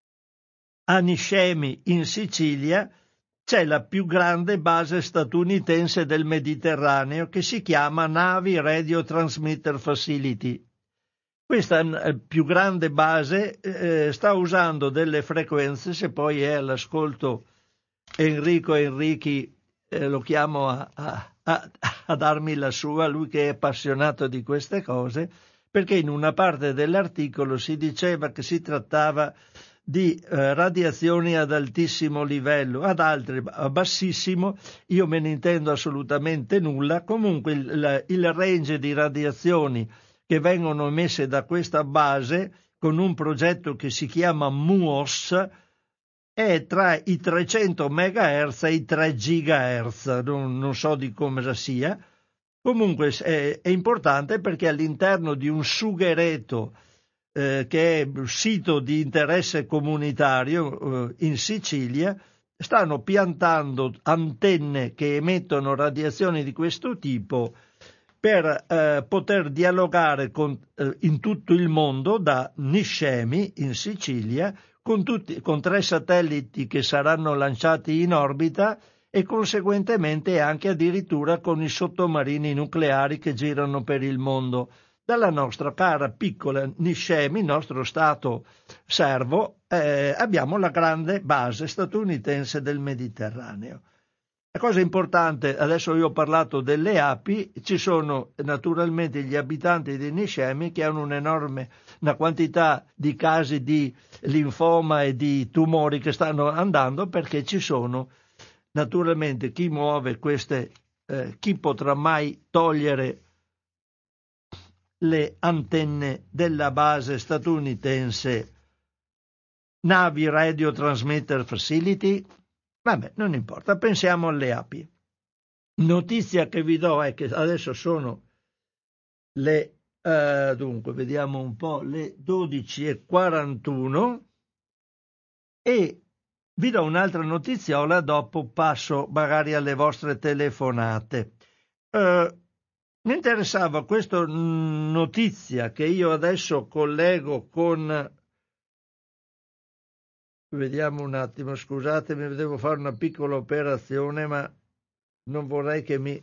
a Niscemi in Sicilia c'è la più grande base statunitense del Mediterraneo che si chiama Navi Radio Transmitter Facility. Questa più grande base eh, sta usando delle frequenze, se poi è all'ascolto Enrico Enrichi, eh, lo chiamo a, a, a, a darmi la sua, lui che è appassionato di queste cose, perché in una parte dell'articolo si diceva che si trattava di eh, radiazioni ad altissimo livello, ad altre a bassissimo, io me ne intendo assolutamente nulla. Comunque il, il range di radiazioni che vengono emesse da questa base, con un progetto che si chiama MUOS, è tra i trecento megahertz e i tre gigahertz, non, non so di come sia. Comunque è, è importante perché all'interno di un sughereto eh, che è sito di interesse comunitario eh, in Sicilia, stanno piantando antenne che emettono radiazioni di questo tipo per eh, poter dialogare con, eh, in tutto il mondo, da Niscemi in Sicilia, con, tutti, con tre satelliti che saranno lanciati in orbita e conseguentemente anche addirittura con i sottomarini nucleari che girano per il mondo. Dalla nostra cara piccola Niscemi, il nostro stato servo, eh, abbiamo la grande base statunitense del Mediterraneo. La cosa importante, adesso io ho parlato delle api, ci sono naturalmente gli abitanti di Niscemi che hanno un'enorme una quantità di casi di linfoma e di tumori che stanno andando, perché ci sono naturalmente chi muove queste, eh, chi potrà mai togliere le antenne della base statunitense Navi Radio Transmitter Facility? Vabbè, non importa, pensiamo alle api. Notizia che vi do è che adesso sono le, eh, dunque, vediamo un po', le dodici e quarantuno e vi do un'altra notiziola, dopo passo magari alle vostre telefonate. Eh, mi interessava questa notizia che io adesso collego con... Vediamo un attimo, scusatemi, devo fare una piccola operazione, ma non vorrei che mi...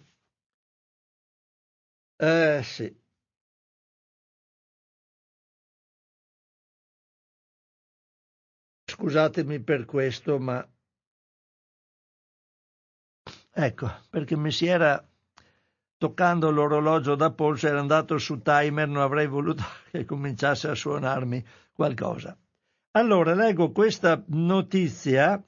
Eh sì. Scusatemi per questo, ma... Ecco, perché mi si era... Toccando l'orologio da polso, era andato su timer, non avrei voluto che cominciasse a suonarmi qualcosa. Allora, leggo questa notizia.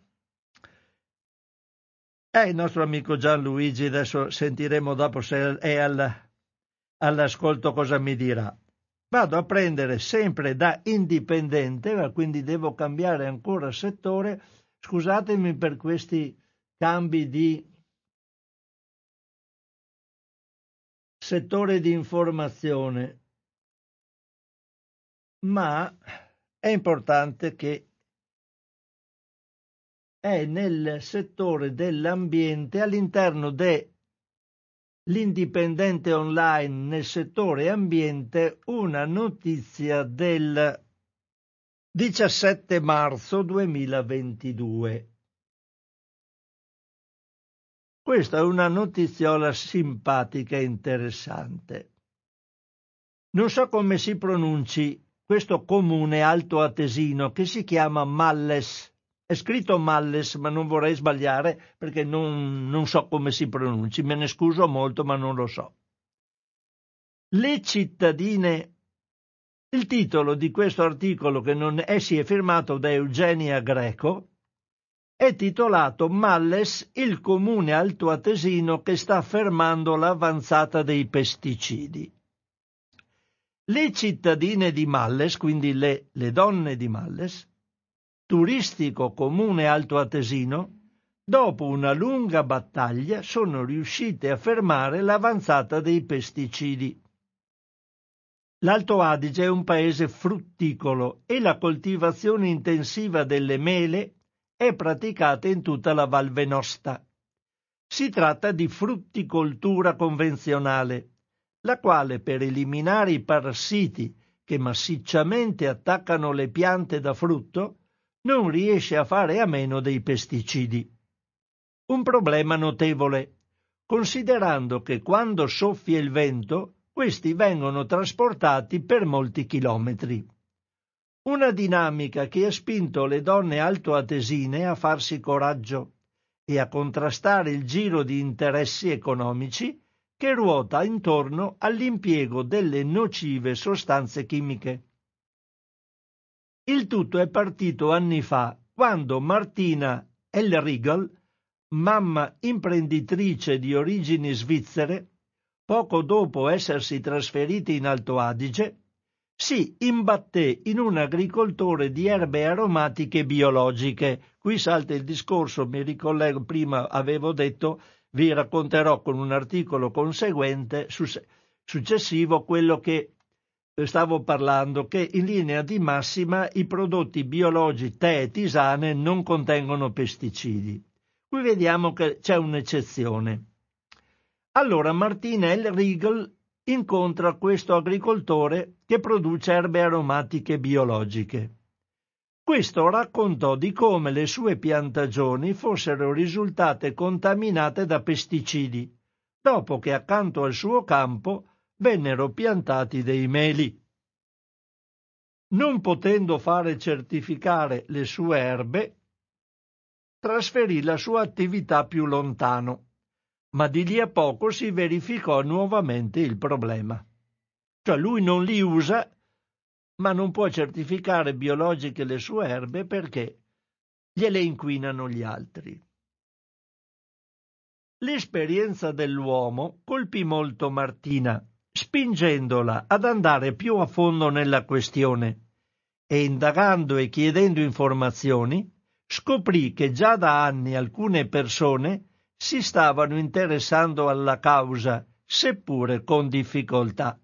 È il nostro amico Gianluigi, adesso sentiremo dopo se è al, all'ascolto cosa mi dirà. Vado a prendere sempre da indipendente, ma quindi devo cambiare ancora settore. Scusatemi per questi cambi di settore di informazione, ma è importante che è nel settore dell'ambiente, all'interno dell'indipendente online nel settore ambiente, una notizia del diciassette marzo duemilaventidue. Questa è una notiziola simpatica e interessante. Non so come si pronunci questo comune altoatesino che si chiama Malles. È scritto Malles, ma non vorrei sbagliare perché non, non so come si pronunci. Me ne scuso molto, ma non lo so. Le cittadine... Il titolo di questo articolo, che non è, si è firmato da Eugenia Greco, è titolato Malles, il comune altoatesino che sta fermando l'avanzata dei pesticidi. Le cittadine di Malles, quindi le, le donne di Malles, turistico comune altoatesino, dopo una lunga battaglia sono riuscite a fermare l'avanzata dei pesticidi. L'Alto Adige è un paese frutticolo e la coltivazione intensiva delle mele è praticata in tutta la Val Venosta. Si tratta di frutticoltura convenzionale, la quale per eliminare i parassiti che massicciamente attaccano le piante da frutto non riesce a fare a meno dei pesticidi. Un problema notevole, considerando che quando soffia il vento questi vengono trasportati per molti chilometri. Una dinamica che ha spinto le donne altoatesine a farsi coraggio e a contrastare il giro di interessi economici che ruota intorno all'impiego delle nocive sostanze chimiche. Il tutto è partito anni fa, quando Martina Elriegel, mamma imprenditrice di origini svizzere, poco dopo essersi trasferiti in Alto Adige, si imbatté in un agricoltore di erbe aromatiche biologiche. Qui salta il discorso, mi ricollego, prima avevo detto, vi racconterò con un articolo conseguente, successivo, quello che stavo parlando, che in linea di massima i prodotti biologici, tè e tisane, non contengono pesticidi. Qui vediamo che c'è un'eccezione. Allora Martina Elriegel incontra questo agricoltore che produce erbe aromatiche biologiche. Questo raccontò di come le sue piantagioni fossero risultate contaminate da pesticidi, dopo che accanto al suo campo vennero piantati dei meli. Non potendo fare certificare le sue erbe, trasferì la sua attività più lontano, ma di lì a poco si verificò nuovamente il problema. Cioè lui non li usa, ma non può certificare biologiche le sue erbe perché gliele inquinano gli altri. L'esperienza dell'uomo colpì molto Martina, spingendola ad andare più a fondo nella questione e, indagando e chiedendo informazioni, scoprì che già da anni alcune persone si stavano interessando alla causa, seppure con difficoltà.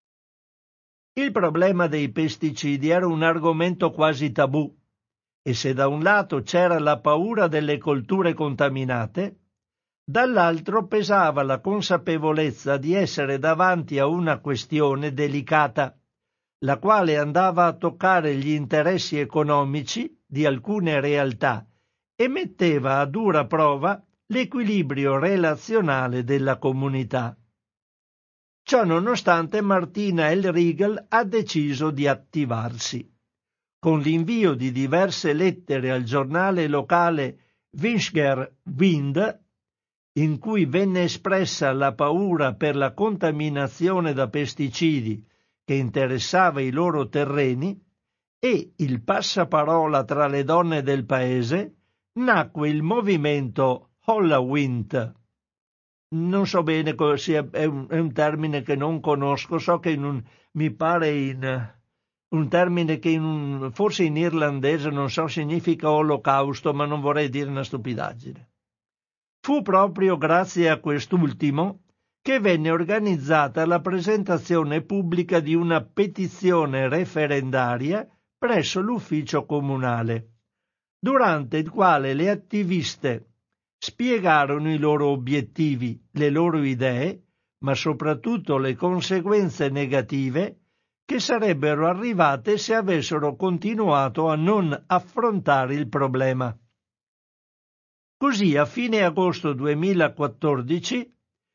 Il problema dei pesticidi era un argomento quasi tabù e se da un lato c'era la paura delle colture contaminate, dall'altro pesava la consapevolezza di essere davanti a una questione delicata, la quale andava a toccare gli interessi economici di alcune realtà e metteva a dura prova l'equilibrio relazionale della comunità. Ciò nonostante Martina Elriegel ha deciso di attivarsi. Con l'invio di diverse lettere al giornale locale Winscher Wind, in cui venne espressa la paura per la contaminazione da pesticidi che interessava i loro terreni, e il passaparola tra le donne del paese, nacque il movimento Hollawind. Non so bene sia, è un, è un termine che non conosco, so che in un, mi pare in un termine che in un, forse in irlandese non so significa olocausto, ma non vorrei dire una stupidaggine. Fu proprio grazie a quest'ultimo che venne organizzata la presentazione pubblica di una petizione referendaria presso l'ufficio comunale, durante il quale le attiviste spiegarono i loro obiettivi, le loro idee, ma soprattutto le conseguenze negative che sarebbero arrivate se avessero continuato a non affrontare il problema. Così a fine agosto duemilaquattordici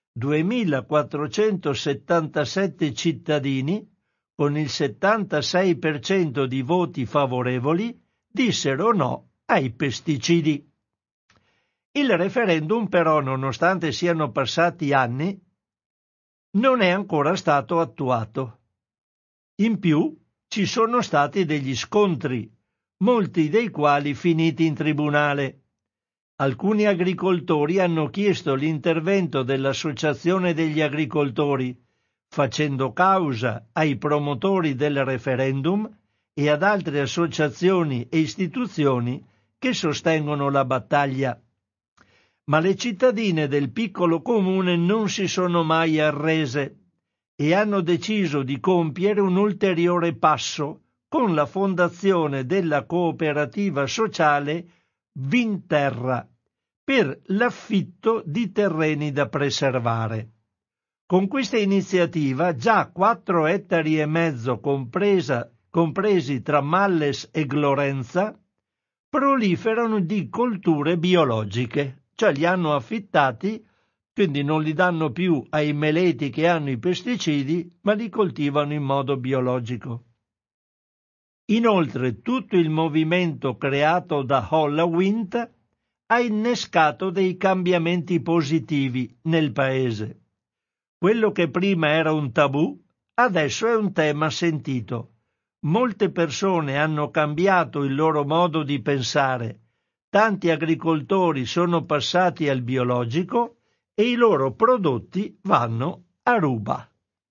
duemilaquattrocentosettantasette cittadini, con il settantasei per cento di voti favorevoli, dissero no ai pesticidi. Il referendum però, nonostante siano passati anni, non è ancora stato attuato. In più ci sono stati degli scontri, molti dei quali finiti in tribunale. Alcuni agricoltori hanno chiesto l'intervento dell'Associazione degli Agricoltori, facendo causa ai promotori del referendum e ad altre associazioni e istituzioni che sostengono la battaglia. Ma le cittadine del piccolo comune non si sono mai arrese e hanno deciso di compiere un ulteriore passo con la fondazione della cooperativa sociale Vinterra per l'affitto di terreni da preservare. Con questa iniziativa già quattro ettari e mezzo compresa, compresi tra Malles e Glorenza proliferano di colture biologiche, cioè li hanno affittati, quindi non li danno più ai meleti che hanno i pesticidi, ma li coltivano in modo biologico. Inoltre tutto il movimento creato da Hollawind ha innescato dei cambiamenti positivi nel paese. Quello che prima era un tabù, adesso è un tema sentito. Molte persone hanno cambiato il loro modo di pensare, tanti agricoltori sono passati al biologico e i loro prodotti vanno a ruba.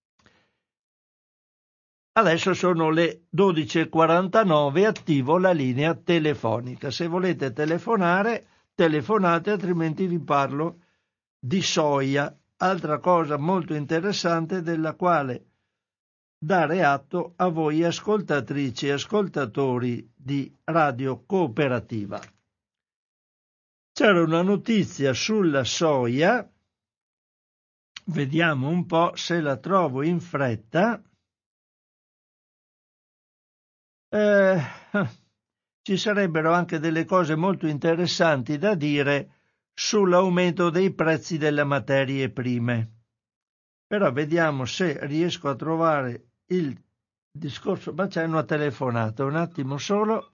Adesso sono le dodici e quarantanove, attivo la linea telefonica. Se volete telefonare, telefonate, altrimenti vi parlo di soia, altra cosa molto interessante della quale dare atto a voi ascoltatrici e ascoltatori di Radio Cooperativa. C'era una notizia sulla soia, vediamo un po' se la trovo in fretta. Eh, ci sarebbero anche delle cose molto interessanti da dire sull'aumento dei prezzi delle materie prime. Però vediamo se riesco a trovare il discorso, ma c'è una telefonata, un attimo solo.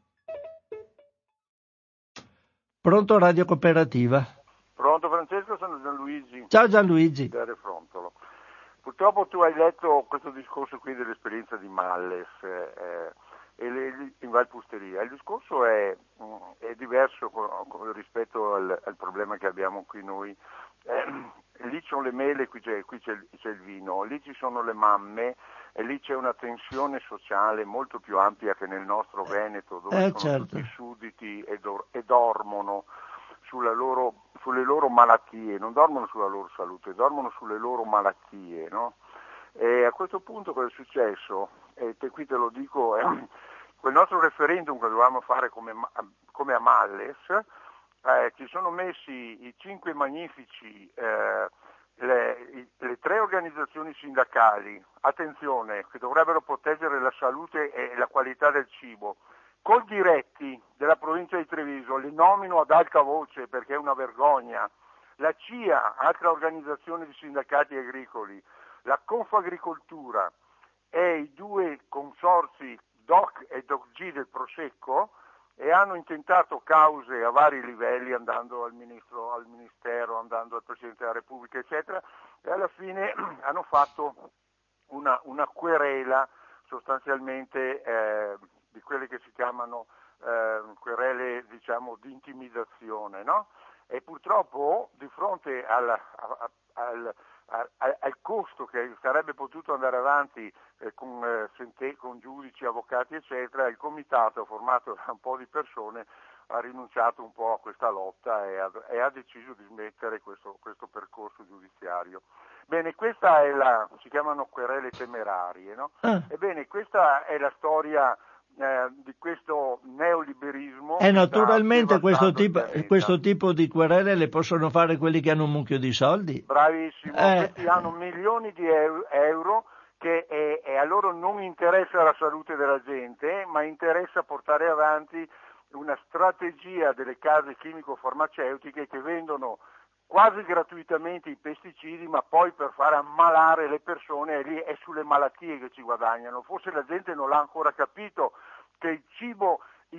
Pronto, Radio Cooperativa? Pronto Francesco, sono Gianluigi. Ciao Gianluigi. Da Refrontolo. Purtroppo tu hai letto questo discorso qui dell'esperienza di Malles eh, e le, in Valpusteria. Il discorso è, è diverso con, con, rispetto al, al problema che abbiamo qui noi. Eh, lì ci sono le mele, qui c'è, qui c'è, c'è il vino, lì ci sono le mamme e lì c'è una tensione sociale molto più ampia che nel nostro Veneto, dove eh, sono certo. tutti sudditi e, do, e dormono sulla loro, sulle loro malattie, non dormono sulla loro salute, dormono sulle loro malattie, no? E a questo punto cosa è successo? E te, qui te lo dico, eh, quel nostro referendum che dovevamo fare come, come a Malles, eh, ci sono messi i cinque magnifici, eh, le, i, le tre organizzazioni sindacali, attenzione, che dovrebbero proteggere la salute e la qualità del cibo, col diretti della provincia di Treviso, li nomino ad alta voce perché è una vergogna, la C I A, altra organizzazione di sindacati agricoli, la Confagricoltura e i due consorzi D O C e D O C G del Prosecco, e hanno intentato cause a vari livelli, andando al ministro, al ministero, andando al Presidente della Repubblica, eccetera, e alla fine hanno fatto una, una querela sostanzialmente eh, di quelle che si chiamano eh, querele, diciamo, di intimidazione, no? E purtroppo di fronte al, al, al, al, al costo che sarebbe potuto andare avanti eh, con, eh, sente, con giudici, avvocati, eccetera, il comitato formato da un po' di persone ha rinunciato un po' a questa lotta e ha, e ha deciso di smettere questo, questo percorso giudiziario. Bene, questa è la, si chiamano querele temerarie, no? Ah. Ebbene, questa è la storia eh, di questo neoliberismo. E naturalmente questo sta tipo, questo tipo di querele le possono fare quelli che hanno un mucchio di soldi. Bravissimo, Eh. questi hanno milioni di euro che e, e a loro non interessa la salute della gente, ma interessa portare avanti una strategia delle case chimico-farmaceutiche che vendono quasi gratuitamente i pesticidi, ma poi per far ammalare le persone, è, lì, è sulle malattie che ci guadagnano. Forse la gente non l'ha ancora capito che il cibo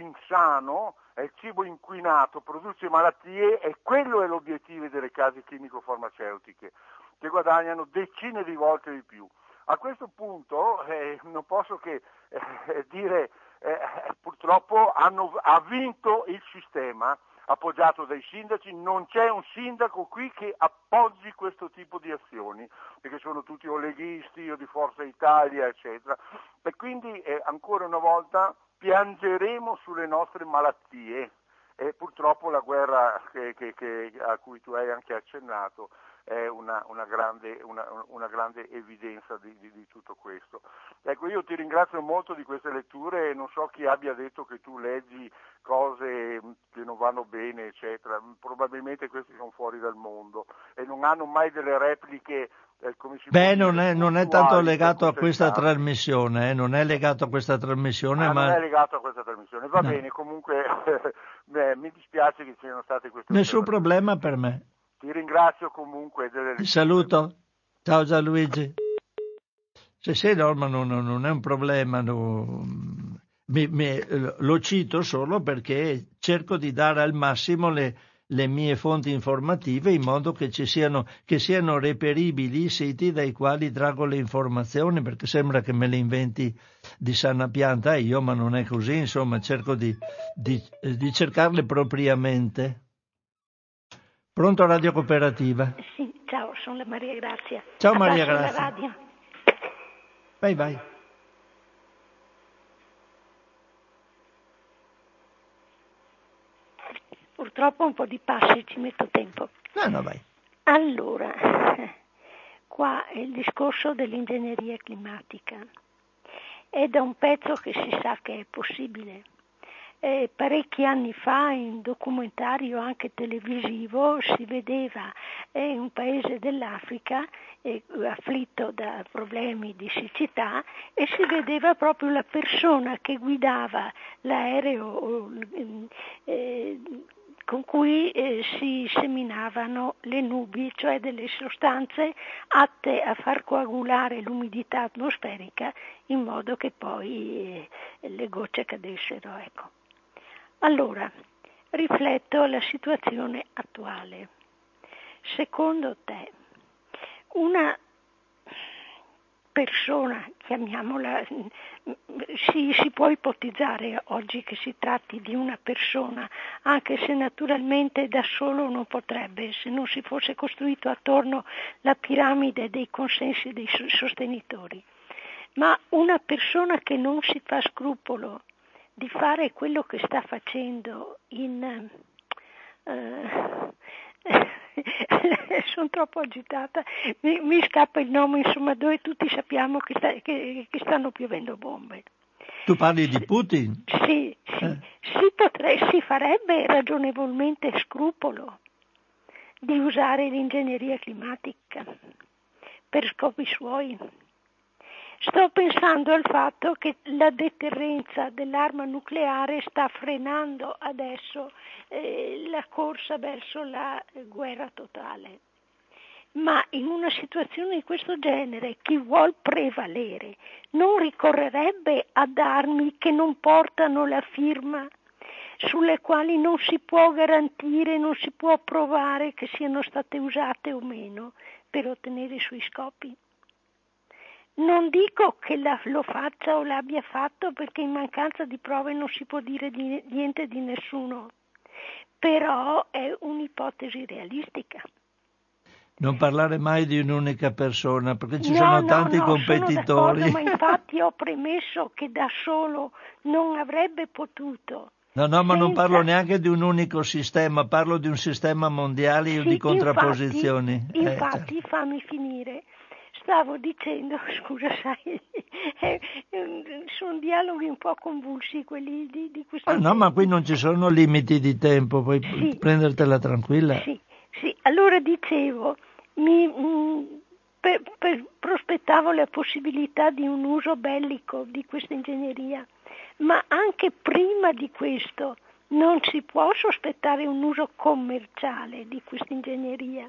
insano, è il cibo inquinato, produce malattie e quello è l'obiettivo delle case chimico-farmaceutiche, che guadagnano decine di volte di più. A questo punto eh, non posso che eh, dire eh, purtroppo hanno, ha vinto il sistema appoggiato dai sindaci, non c'è un sindaco qui che appoggi questo tipo di azioni, perché sono tutti o leghisti o di Forza Italia, eccetera, e quindi eh, ancora una volta piangeremo sulle nostre malattie e purtroppo la guerra che, che, che, a cui tu hai anche accennato è una, una, grande, una, una grande evidenza di, di, di tutto questo. Ecco, io ti ringrazio molto di queste letture e non so chi abbia detto che tu leggi cose che non vanno bene, eccetera. Probabilmente questi sono fuori dal mondo e non hanno mai delle repliche. Eh, come si Beh, può non dire, è, non è tanto puntuali, legato a questa contestarle. trasmissione, eh? non è legato a questa trasmissione, Ah, ma... non è legato a questa trasmissione, va no. bene, comunque beh, mi dispiace che siano state queste Nessun osservazioni. problema per me. Ti ringrazio comunque delle Ti letture. saluto. Ciao Gianluigi. Sì, sì, no, ma non, non è un problema. No. Mi, mi, lo cito solo perché cerco di dare al massimo le, le mie fonti informative in modo che ci siano, che siano reperibili i siti dai quali trago le informazioni, perché sembra che me le inventi di sana pianta io, ma non è così, insomma, cerco di, di, di cercarle propriamente. Pronto, Radio Cooperativa? Sì, ciao, sono la Maria Grazia. Ciao Maria Abbasso Grazia. la radio. Vai, vai. Purtroppo un po' di passi, ci metto tempo. No, no, vai. Allora, qua è il discorso dell'ingegneria climatica. È da un pezzo che si sa che è possibile. Eh, parecchi anni fa in un documentario anche televisivo si vedeva eh, un paese dell'Africa eh, afflitto da problemi di siccità e si vedeva proprio la persona che guidava l'aereo eh, con cui eh, si seminavano le nubi, cioè delle sostanze atte a far coagulare l'umidità atmosferica in modo che poi eh, le gocce cadessero, ecco. Allora, rifletto alla situazione attuale. Secondo te, una persona, chiamiamola, si, si può ipotizzare oggi che si tratti di una persona, anche se naturalmente da solo non potrebbe, se non si fosse costruito attorno la piramide dei consensi dei sostenitori, ma una persona che non si fa scrupolo di fare quello che sta facendo in... Uh, sono troppo agitata, mi, mi scappa il nome, insomma, dove tutti sappiamo che, sta, che, che stanno piovendo bombe. Tu parli di Putin? Sì, sì, eh. si, potrebbe, si farebbe ragionevolmente scrupolo di usare l'ingegneria climatica per scopi suoi. Sto pensando al fatto che la deterrenza dell'arma nucleare sta frenando adesso eh, la corsa verso la eh, guerra totale. Ma in una situazione di questo genere chi vuol prevalere non ricorrerebbe ad armi che non portano la firma, sulle quali non si può garantire, non si può provare che siano state usate o meno per ottenere i suoi scopi? Non dico che la, lo faccia o l'abbia fatto, perché in mancanza di prove non si può dire di, niente di nessuno, però è un'ipotesi realistica. Non parlare mai di un'unica persona, perché ci no, sono no, tanti no, competitori. Sono d'accordo, ma infatti ho premesso che da solo non avrebbe potuto. No, no, ma senza... non parlo neanche di un unico sistema, parlo di un sistema mondiale sì, o di contrapposizioni. Infatti, infatti eh, certo. fammi finire. Stavo dicendo, scusa, sai, eh, sono dialoghi un po' convulsi quelli di, di questo Ah, no, genere. ma qui non ci sono limiti di tempo, puoi sì, prendertela tranquilla. Sì, sì. Allora dicevo, mi, mh, per, per, prospettavo la possibilità di un uso bellico di questa ingegneria, ma anche prima di questo non si può sospettare un uso commerciale di questa ingegneria.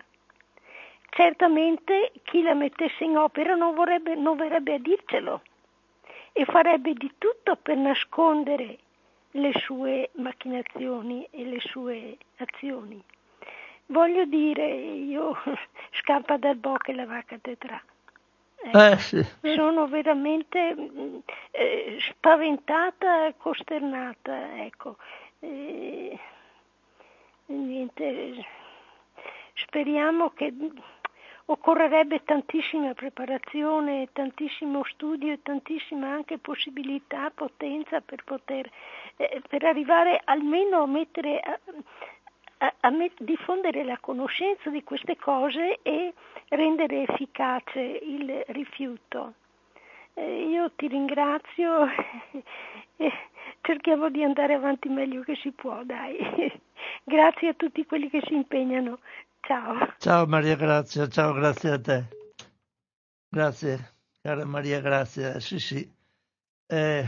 Certamente chi la mettesse in opera non, vorrebbe, non verrebbe a dircelo e farebbe di tutto per nascondere le sue macchinazioni e le sue azioni. Voglio dire, io scappa dal bocca e la vacca tetrà. Ecco, eh, sì. sono veramente eh, spaventata, costernata, ecco. Eh, niente, speriamo che occorrerebbe tantissima preparazione, tantissimo studio e tantissima anche possibilità, potenza per poter, eh, per arrivare almeno a mettere, a, a, a met- diffondere la conoscenza di queste cose e rendere efficace il rifiuto. Eh, io ti ringrazio e cerchiamo di andare avanti meglio che si può, dai. Grazie a tutti quelli che si impegnano. Ciao. Ciao Maria Grazia, ciao, grazie a te. Grazie, cara Maria Grazia, sì sì. Eh,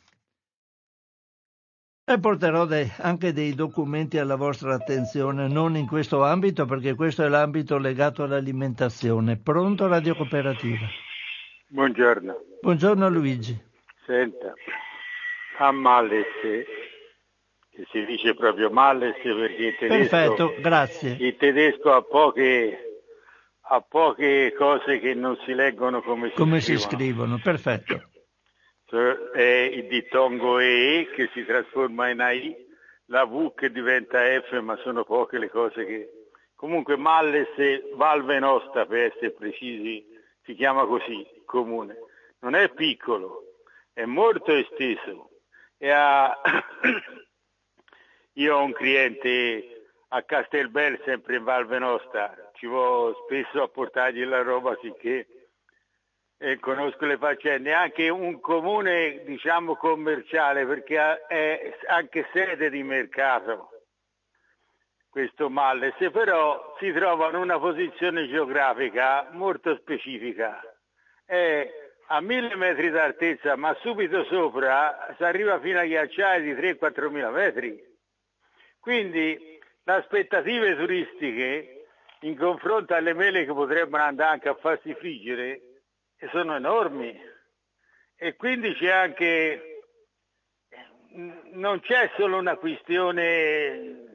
e porterò dei, anche dei documenti alla vostra attenzione, non in questo ambito, perché questo è l'ambito legato all'alimentazione. Pronto, Radio Cooperativa? Buongiorno. Buongiorno Luigi. Senta, fa male se, che si dice proprio male se perché il tedesco, Perfetto, grazie. Il tedesco ha poche, ha poche cose che non si leggono come si come scrivono. si scrivono, perfetto. È il dittongo E che si trasforma in A I, la V che diventa F, ma sono poche le cose che... Comunque male se Valve Nostra, per essere precisi, si chiama così, comune. Non è piccolo, è molto esteso. E ha... Io ho un cliente a Castelbel, sempre in Valve Nostra, ci vado spesso a portargli la roba finché e conosco le faccende, anche un comune, diciamo, commerciale, perché è anche sede di mercato questo Malles, però si trova in una posizione geografica molto specifica. È a mille metri d'altezza, ma subito sopra si arriva fino a ghiacciai di tre quattro mila metri. Quindi le aspettative turistiche in confronto alle mele che potrebbero andare anche a farsi friggere sono enormi, e quindi c'è anche, non c'è solo una questione,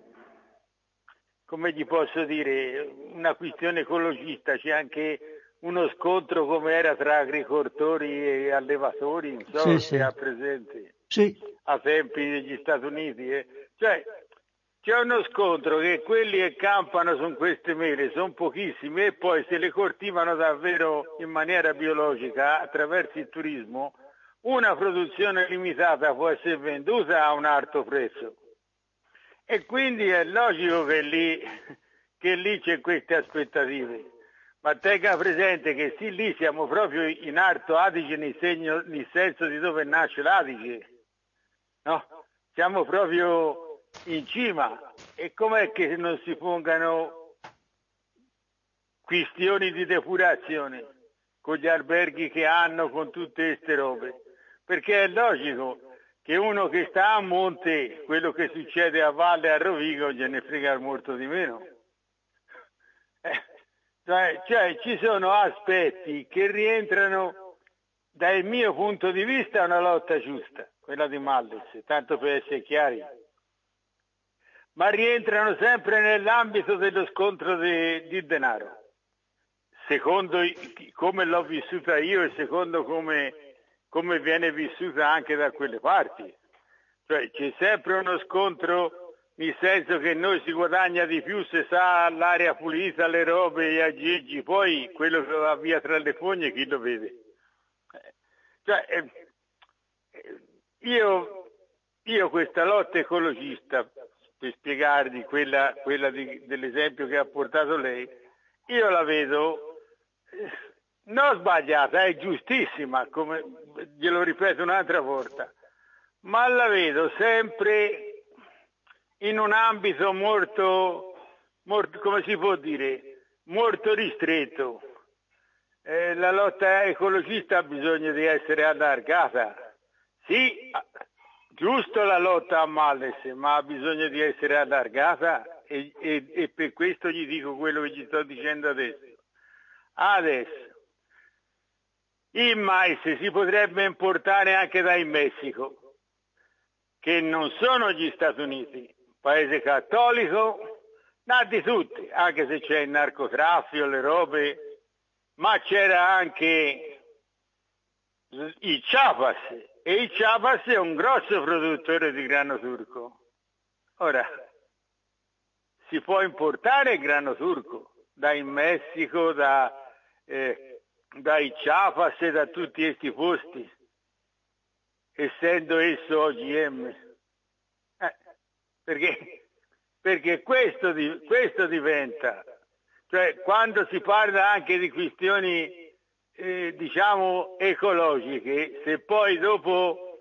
come gli posso dire, una questione ecologista, c'è anche uno scontro come era tra agricoltori e allevatori, non so Sì, se sì. ha presente, Sì, a tempi degli Stati Uniti, eh. Cioè c'è uno scontro che quelli che campano su queste mele sono pochissimi, e poi se le coltivano davvero in maniera biologica attraverso il turismo, una produzione limitata può essere venduta a un alto prezzo. E quindi è logico che lì, che lì c'è queste aspettative. Ma tenga presente che sì, lì siamo proprio in Alto Adige nel, segno, nel senso di dove nasce l'Adige, no? Siamo proprio in cima, e com'è che non si pongano questioni di depurazione con gli alberghi che hanno, con tutte queste robe? Perché è logico che uno che sta a monte, quello che succede a valle, a Rovigo, gliene frega molto di meno. Eh, cioè, cioè ci sono aspetti che rientrano, dal mio punto di vista, una lotta giusta, quella di Malles, tanto per essere chiari, ma rientrano sempre nell'ambito dello scontro di, di denaro, secondo come l'ho vissuta io e secondo come, come viene vissuta anche da quelle parti. Cioè c'è sempre uno scontro, nel senso che noi si guadagna di più se sa l'aria pulita, le robe, gli aggeggi, poi quello che va via tra le fogne chi lo vede? Cioè, eh, io, io questa lotta ecologista, per spiegarvi quella, quella di, dell'esempio che ha portato lei, io la vedo eh, non sbagliata, è giustissima, come glielo ripeto un'altra volta, ma la vedo sempre in un ambito molto, molto, come si può dire, molto ristretto. Eh, la lotta ecologista ha bisogno di essere allargata. Sì, giusto la lotta a Malles, ma ha bisogno di essere allargata, e, e, e per questo gli dico quello che gli sto dicendo adesso. Adesso, il mais si potrebbe importare anche dal Messico, che non sono gli Stati Uniti, paese cattolico, nati tutti, anche se c'è il narcotraffico, le robe, ma c'era anche il Chiapas, e il Chiapas è un grosso produttore di grano turco. Ora, si può importare il grano turco dal Messico, da, eh, dai Chiapas e da tutti questi posti, essendo esso O G M. Eh, perché, perché questo, questo diventa, cioè quando si parla anche di questioni eh, diciamo ecologiche, se poi dopo,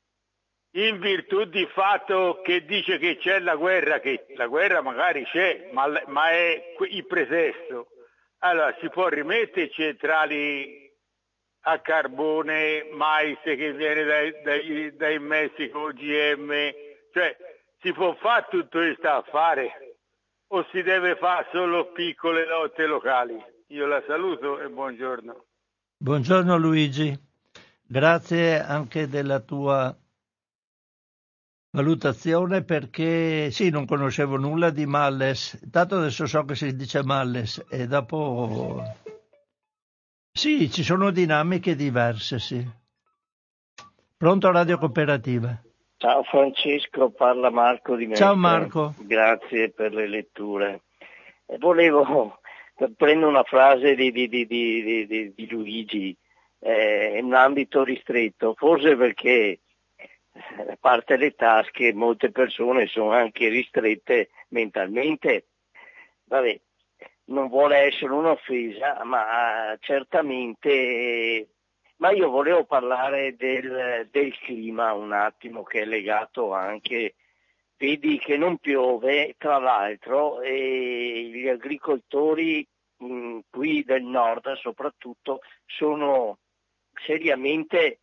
in virtù di fatto che dice che c'è la guerra, che la guerra magari c'è, ma, ma è il pretesto, allora si può rimettere centrali a carbone, mais che viene dai, dai, dai Messico, O G M, cioè si può fare tutto questo affare, o si deve fare solo piccole lotte locali? Io la saluto e buongiorno. Buongiorno Luigi, grazie anche della tua valutazione, perché sì, non conoscevo nulla di Malles, tanto adesso so che si dice Malles, e dopo sì, ci sono dinamiche diverse, sì. Pronto, Radio Cooperativa? Ciao Francesco, parla Marco di Mestre. Ciao Marco. Grazie per le letture. E volevo, prendo una frase di, di, di, di, di, di Luigi, eh, in un ambito ristretto, forse perché a parte le tasche molte persone sono anche ristrette mentalmente. Vabbè, non vuole essere un'offesa, ma certamente... Ma io volevo parlare del, del clima un attimo, che è legato anche, vedi che non piove, tra l'altro, e gli agricoltori mh, qui del nord soprattutto sono seriamente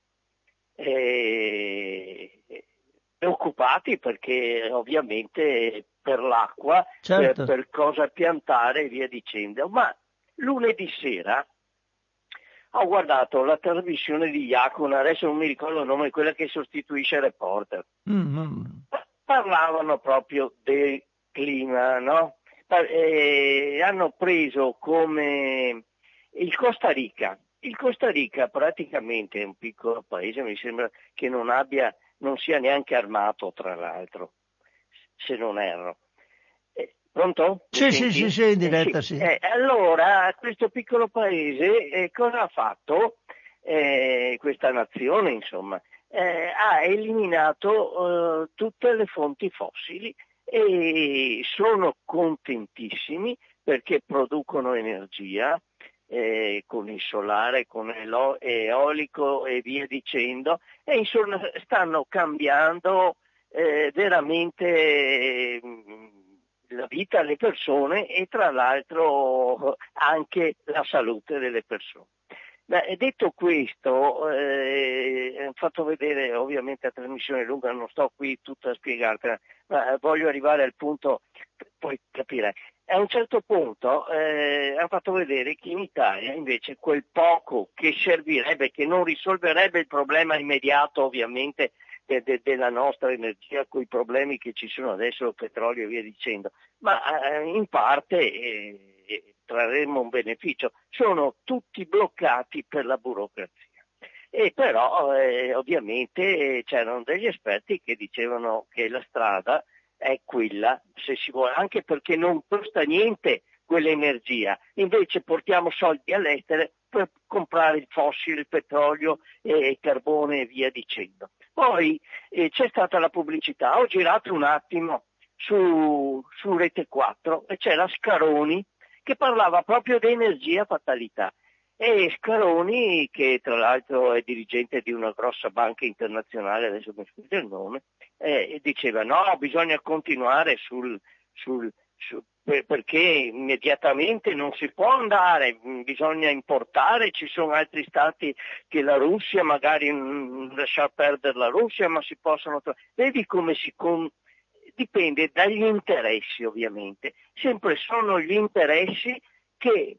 eh, preoccupati, perché ovviamente per l'acqua, Certo. per, per cosa piantare e via dicendo. Ma lunedì sera ho guardato la trasmissione di Iacona, adesso non mi ricordo il nome, quella che sostituisce Reporter. Mm-hmm. Parlavano proprio del clima, no? E hanno preso come il Costa Rica. Il Costa Rica praticamente è un piccolo paese, mi sembra che non abbia, non sia neanche armato, tra l'altro, se non erro. Eh, pronto? Mi Sì, senti? sì, sì, sì, in diretta, Eh, sì. sì. Eh, allora, questo piccolo paese eh, cosa ha fatto? Eh, questa nazione, insomma, eh, ha eliminato eh, tutte le fonti fossili e sono contentissimi perché producono energia eh, con il solare, con l'eolico e via dicendo, e insomma stanno cambiando eh, veramente eh, la vita alle persone e tra l'altro anche la salute delle persone. Beh, detto questo, eh, ho fatto vedere ovviamente la trasmissione lunga, non sto qui tutta a spiegartela, ma voglio arrivare al punto, puoi capire. A un certo punto eh, hanno fatto vedere che in Italia invece quel poco che servirebbe, che non risolverebbe il problema immediato ovviamente de- de- della nostra energia, con i problemi che ci sono adesso, il petrolio e via dicendo, ma eh, in parte eh, trarremo un beneficio, sono tutti bloccati per la burocrazia. E però eh, ovviamente eh, c'erano degli esperti che dicevano che la strada è quella, se si vuole, anche perché non costa niente quell'energia, invece portiamo soldi all'estero per comprare il fossile, il petrolio e il carbone e via dicendo. Poi eh, c'è stata la pubblicità, ho girato un attimo su, su Rete quattro e c'era Scaroni che parlava proprio di energia fatalità. E Scaroni, che tra l'altro è dirigente di una grossa banca internazionale, adesso mi sfugge il nome, eh, diceva no, bisogna continuare sul, sul, sul per, perché immediatamente non si può andare, bisogna importare, ci sono altri stati che la Russia, magari mh, lasciar perdere la Russia, ma si possono... Vedi come si... Con... Dipende dagli interessi ovviamente, sempre sono gli interessi che...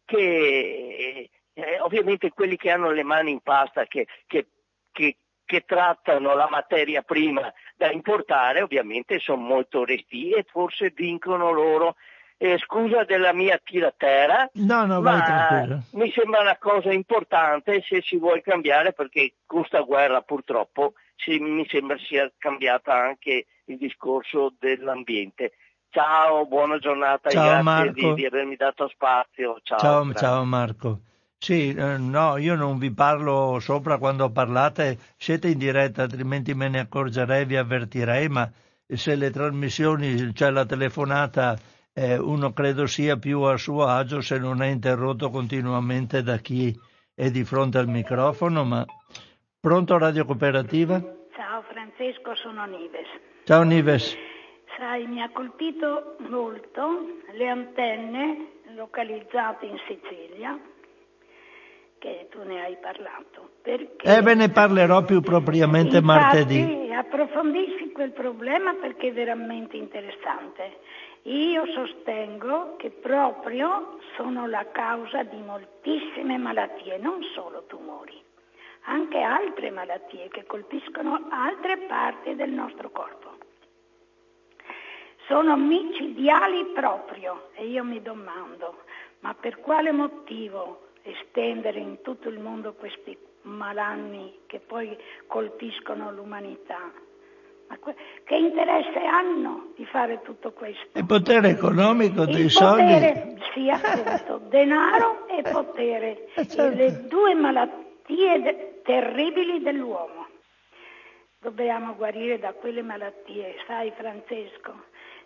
che Eh, ovviamente quelli che hanno le mani in pasta, che, che, che, che trattano la materia prima da importare, ovviamente sono molto restii e forse vincono loro. Eh, scusa della mia tiratera, No, no, vai ma tranquillo. mi sembra una cosa importante se si vuole cambiare, perché con sta guerra purtroppo si, mi sembra sia cambiata anche il discorso dell'ambiente. Ciao, buona giornata Ciao, e grazie Marco. di, di avermi dato spazio. Ciao, Ciao, grazie. ciao Marco. Sì, eh, no, io non vi parlo sopra quando parlate, siete in diretta, altrimenti me ne accorgerei, vi avvertirei, ma se le trasmissioni, cioè la telefonata, eh, uno credo sia più a suo agio se non è interrotto continuamente da chi è di fronte al microfono, ma pronto Radio Cooperativa? Ciao Francesco, sono Nives. Ciao Nives. Sai, mi ha colpito molto le antenne localizzate in Sicilia, che tu ne hai parlato. Perché Eh, ve ne parlerò più propriamente infatti, martedì. approfondisci quel problema perché è veramente interessante. Io sostengo che proprio sono la causa di moltissime malattie, non solo tumori, anche altre malattie che colpiscono altre parti del nostro corpo. Sono micidiali proprio e io mi domando, ma per quale motivo estendere in tutto il mondo questi malanni che poi colpiscono l'umanità? Ma que- che interesse hanno di fare tutto questo? Il potere economico dei Il soldi. potere, sì appunto, denaro e potere, Eh, certo. le due malattie de- terribili dell'uomo. Dobbiamo guarire da quelle malattie, sai Francesco?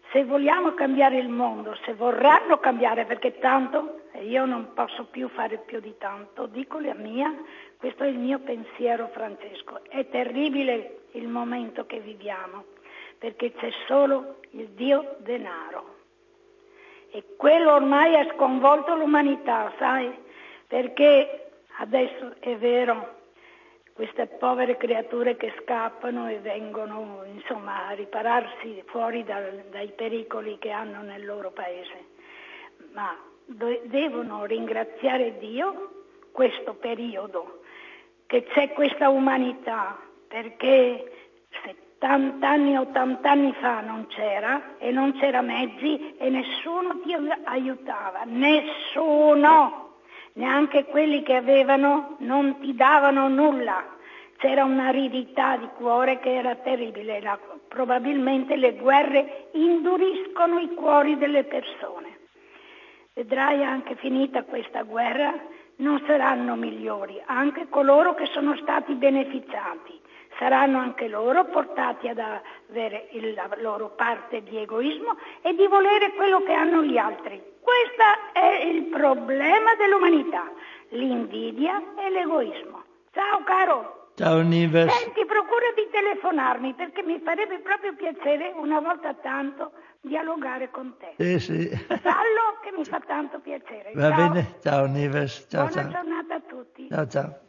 se vogliamo cambiare il mondo, se vorranno cambiare, perché tanto io non posso più fare più di tanto, dico la mia, questo è il mio pensiero, Francesco. È terribile il momento che viviamo, perché c'è solo il Dio denaro. E quello ormai ha sconvolto l'umanità, sai? Perché adesso è vero, queste povere creature che scappano e vengono, insomma, a ripararsi fuori dal, dai pericoli che hanno nel loro paese, ma do- devono ringraziare Dio questo periodo, che c'è questa umanità, perché settanta anni, ottanta anni fa non c'era, e non c'era mezzi e nessuno ti aiutava, nessuno! Neanche quelli che avevano non ti davano nulla, c'era un'aridità di cuore che era terribile. La, probabilmente le guerre induriscono i cuori delle persone. Vedrai, anche finita questa guerra non saranno migliori, anche coloro che sono stati beneficiati saranno anche loro portati ad avere il, la loro parte di egoismo e di volere quello che hanno gli altri. Questo è il problema dell'umanità, l'invidia e l'egoismo. Ciao caro. Ciao Nives. Senti, procura di telefonarmi perché mi farebbe proprio piacere una volta tanto dialogare con te. Sì, sì. Fallo che mi fa tanto piacere. Va ciao. bene, ciao Nives. Ciao, Buona ciao. giornata a tutti. Ciao, ciao.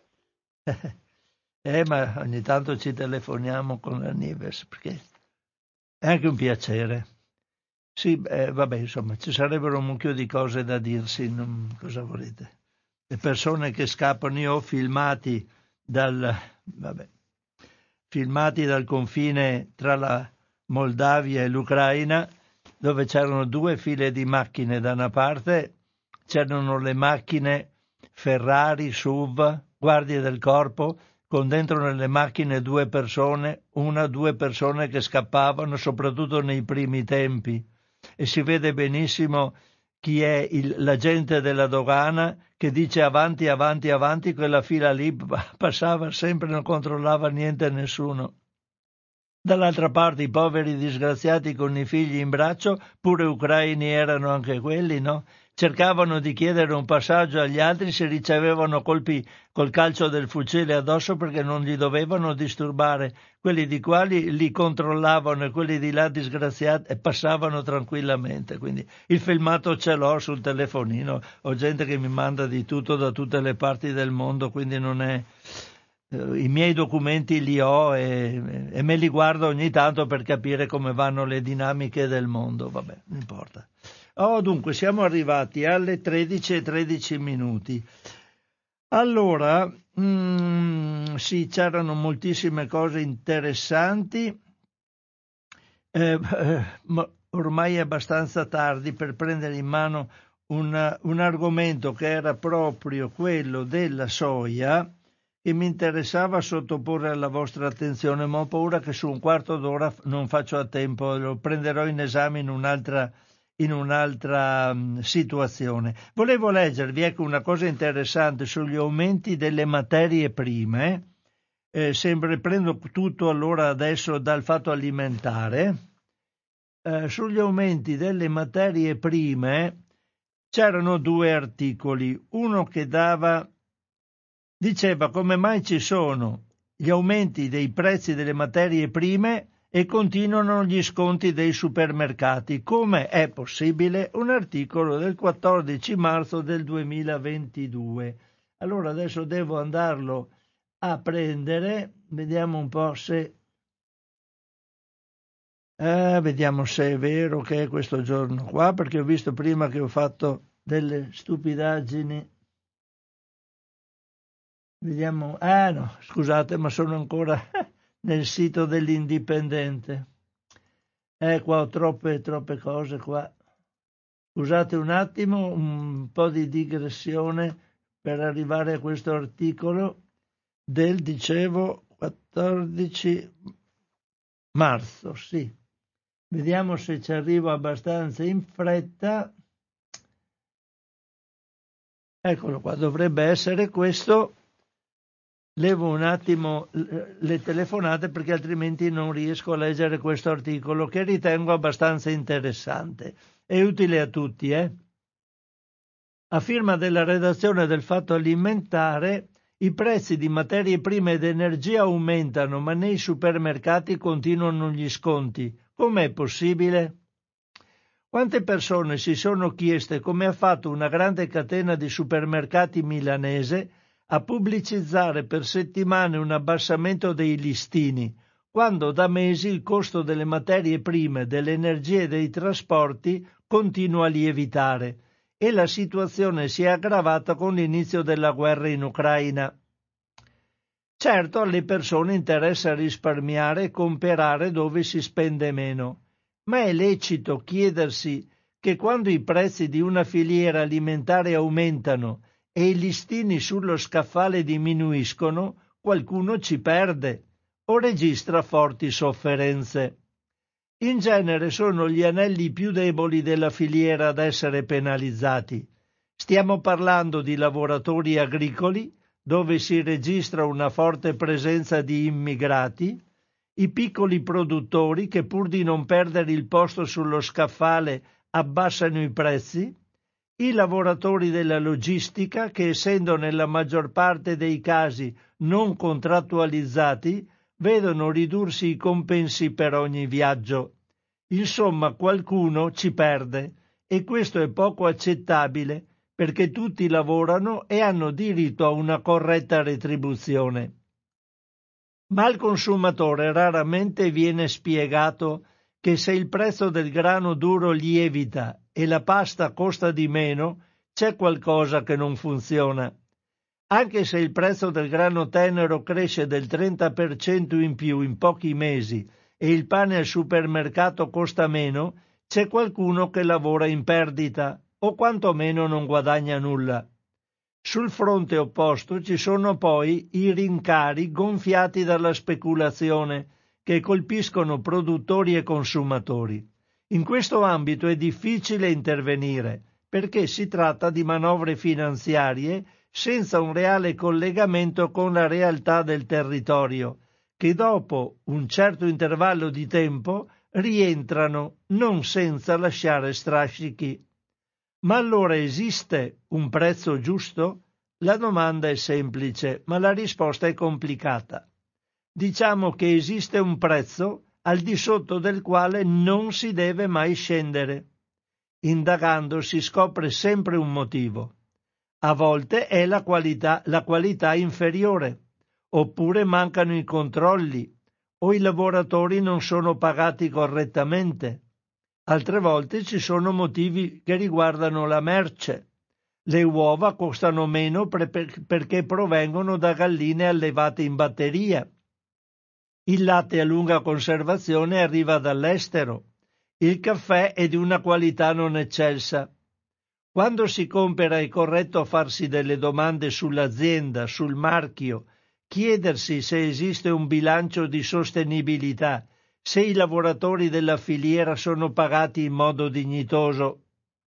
Eh, ma ogni tanto ci telefoniamo con la Nives perché è anche un piacere. Sì, eh, vabbè, insomma, ci sarebbero un mucchio di cose da dirsi, non, cosa volete? Le persone che scappano, io ho filmati dal, vabbè, filmati dal confine tra la Moldavia e l'Ucraina, dove c'erano due file di macchine da una parte, c'erano le macchine Ferrari, S U V, guardie del corpo, con dentro nelle macchine due persone, una o due persone che scappavano, soprattutto nei primi tempi. E si vede benissimo chi è il, l'agente della dogana che dice avanti, avanti, avanti, quella fila lì passava sempre, non controllava niente nessuno. Dall'altra parte i poveri disgraziati con i figli in braccio, pure ucraini erano anche quelli, no? Cercavano di chiedere un passaggio agli altri, si ricevevano colpi col calcio del fucile addosso perché non li dovevano disturbare. Quelli di qua li, li controllavano e quelli di là disgraziati e passavano tranquillamente. Quindi il filmato ce l'ho sul telefonino, ho gente che mi manda di tutto da tutte le parti del mondo, quindi non è... I miei documenti li ho e, e me li guardo ogni tanto per capire come vanno le dinamiche del mondo. Vabbè, non importa. Oh, dunque, siamo arrivati alle tredici e tredici minuti. Allora, mm, sì, c'erano moltissime cose interessanti. Eh, eh, ma ormai è abbastanza tardi per prendere in mano un, un argomento che era proprio quello della soia, che mi interessava sottoporre alla vostra attenzione, ma ho paura che su un quarto d'ora non faccio a tempo, lo prenderò in esame in un'altra, in un'altra um, situazione. Volevo leggervi ecco, una cosa interessante sugli aumenti delle materie prime, eh, sempre prendo tutto allora adesso dal fatto alimentare, eh, sugli aumenti delle materie prime c'erano due articoli, uno che dava... Diceva come mai ci sono gli aumenti dei prezzi delle materie prime e continuano gli sconti dei supermercati. Come è possibile? Un articolo del quattordici marzo del duemilaventidue. Allora adesso devo andarlo a prendere, vediamo un po' se... Eh, vediamo se è vero che è questo giorno qua, perché ho visto prima che ho fatto delle stupidaggini. Vediamo, ah no, scusate, ma sono ancora nel sito dell'Indipendente. Eh, qua ho troppe, troppe cose qua. Scusate un attimo, un po' di digressione per arrivare a questo articolo del, dicevo, quattordici marzo, sì. Vediamo se ci arrivo abbastanza in fretta. Eccolo qua, dovrebbe essere questo. levo un attimo le telefonate perché altrimenti non riesco a leggere questo articolo che ritengo abbastanza interessante e utile a tutti. Eh? A firma della redazione del Fatto Alimentare, i prezzi di materie prime ed energia aumentano, ma nei supermercati continuano gli sconti. Com'è possibile? Quante persone si sono chieste come ha fatto una grande catena di supermercati milanese a pubblicizzare per settimane un abbassamento dei listini, quando da mesi il costo delle materie prime, dell'energia e dei trasporti continua a lievitare e la situazione si è aggravata con l'inizio della guerra in Ucraina. Certo, alle persone interessa risparmiare e comprare dove si spende meno, ma è lecito chiedersi che quando i prezzi di una filiera alimentare aumentano e i listini sullo scaffale diminuiscono, qualcuno ci perde o registra forti sofferenze. In genere sono gli anelli più deboli della filiera ad essere penalizzati. Stiamo parlando di lavoratori agricoli, dove si registra una forte presenza di immigrati, i piccoli produttori che pur di non perdere il posto sullo scaffale abbassano i prezzi, i lavoratori della logistica che, essendo nella maggior parte dei casi non contrattualizzati, vedono ridursi i compensi per ogni viaggio. Insomma, qualcuno ci perde e questo è poco accettabile perché tutti lavorano e hanno diritto a una corretta retribuzione. Ma al consumatore raramente viene spiegato che se il prezzo del grano duro lievita e la pasta costa di meno, c'è qualcosa che non funziona. Anche se il prezzo del grano tenero cresce del trenta per cento in più in pochi mesi e il pane al supermercato costa meno, c'è qualcuno che lavora in perdita o quantomeno non guadagna nulla. Sul fronte opposto ci sono poi i rincari gonfiati dalla speculazione che colpiscono produttori e consumatori. In questo ambito è difficile intervenire perché si tratta di manovre finanziarie senza un reale collegamento con la realtà del territorio, che dopo un certo intervallo di tempo rientrano non senza lasciare strascichi. Ma allora esiste un prezzo giusto? La domanda è semplice, ma la risposta è complicata. Diciamo che esiste un prezzo al di sotto del quale non si deve mai scendere. Indagando si scopre sempre un motivo. A volte è la qualità, la qualità inferiore, oppure mancano i controlli, o i lavoratori non sono pagati correttamente. Altre volte ci sono motivi che riguardano la merce. Le uova costano meno per, per, perché provengono da galline allevate in batteria. Il latte a lunga conservazione arriva dall'estero. Il caffè è di una qualità non eccelsa. Quando si compra è corretto farsi delle domande sull'azienda, sul marchio, chiedersi se esiste un bilancio di sostenibilità, se i lavoratori della filiera sono pagati in modo dignitoso.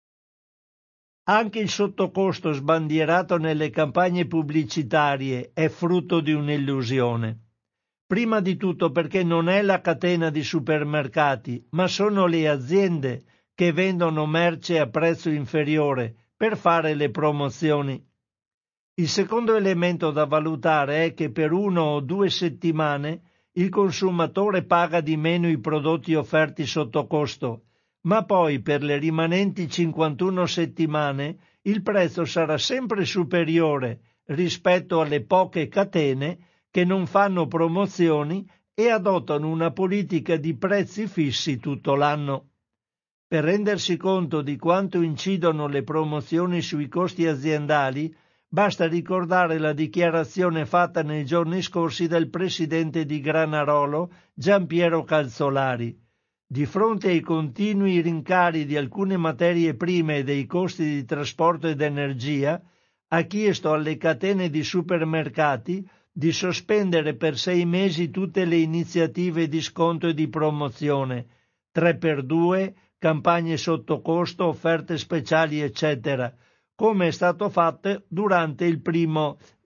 Anche il sottocosto sbandierato nelle campagne pubblicitarie è frutto di un'illusione. Prima di tutto perché non è la catena di supermercati, ma sono le aziende che vendono merce a prezzo inferiore per fare le promozioni. Il secondo elemento da valutare è che per uno o due settimane il consumatore paga di meno i prodotti offerti sotto costo, ma poi per le rimanenti cinquantuno settimane il prezzo sarà sempre superiore rispetto alle poche catene che non fanno promozioni e adottano una politica di prezzi fissi tutto l'anno. Per rendersi conto di quanto incidono le promozioni sui costi aziendali, basta ricordare la dichiarazione fatta nei giorni scorsi dal presidente di Granarolo, Giampiero Calzolari. Di fronte ai continui rincari di alcune materie prime e dei costi di trasporto ed energia, ha chiesto alle catene di supermercati di sospendere per sei mesi tutte le iniziative di sconto e di promozione, tre per due, campagne sotto costo, offerte speciali, eccetera, come è stato fatto durante il primo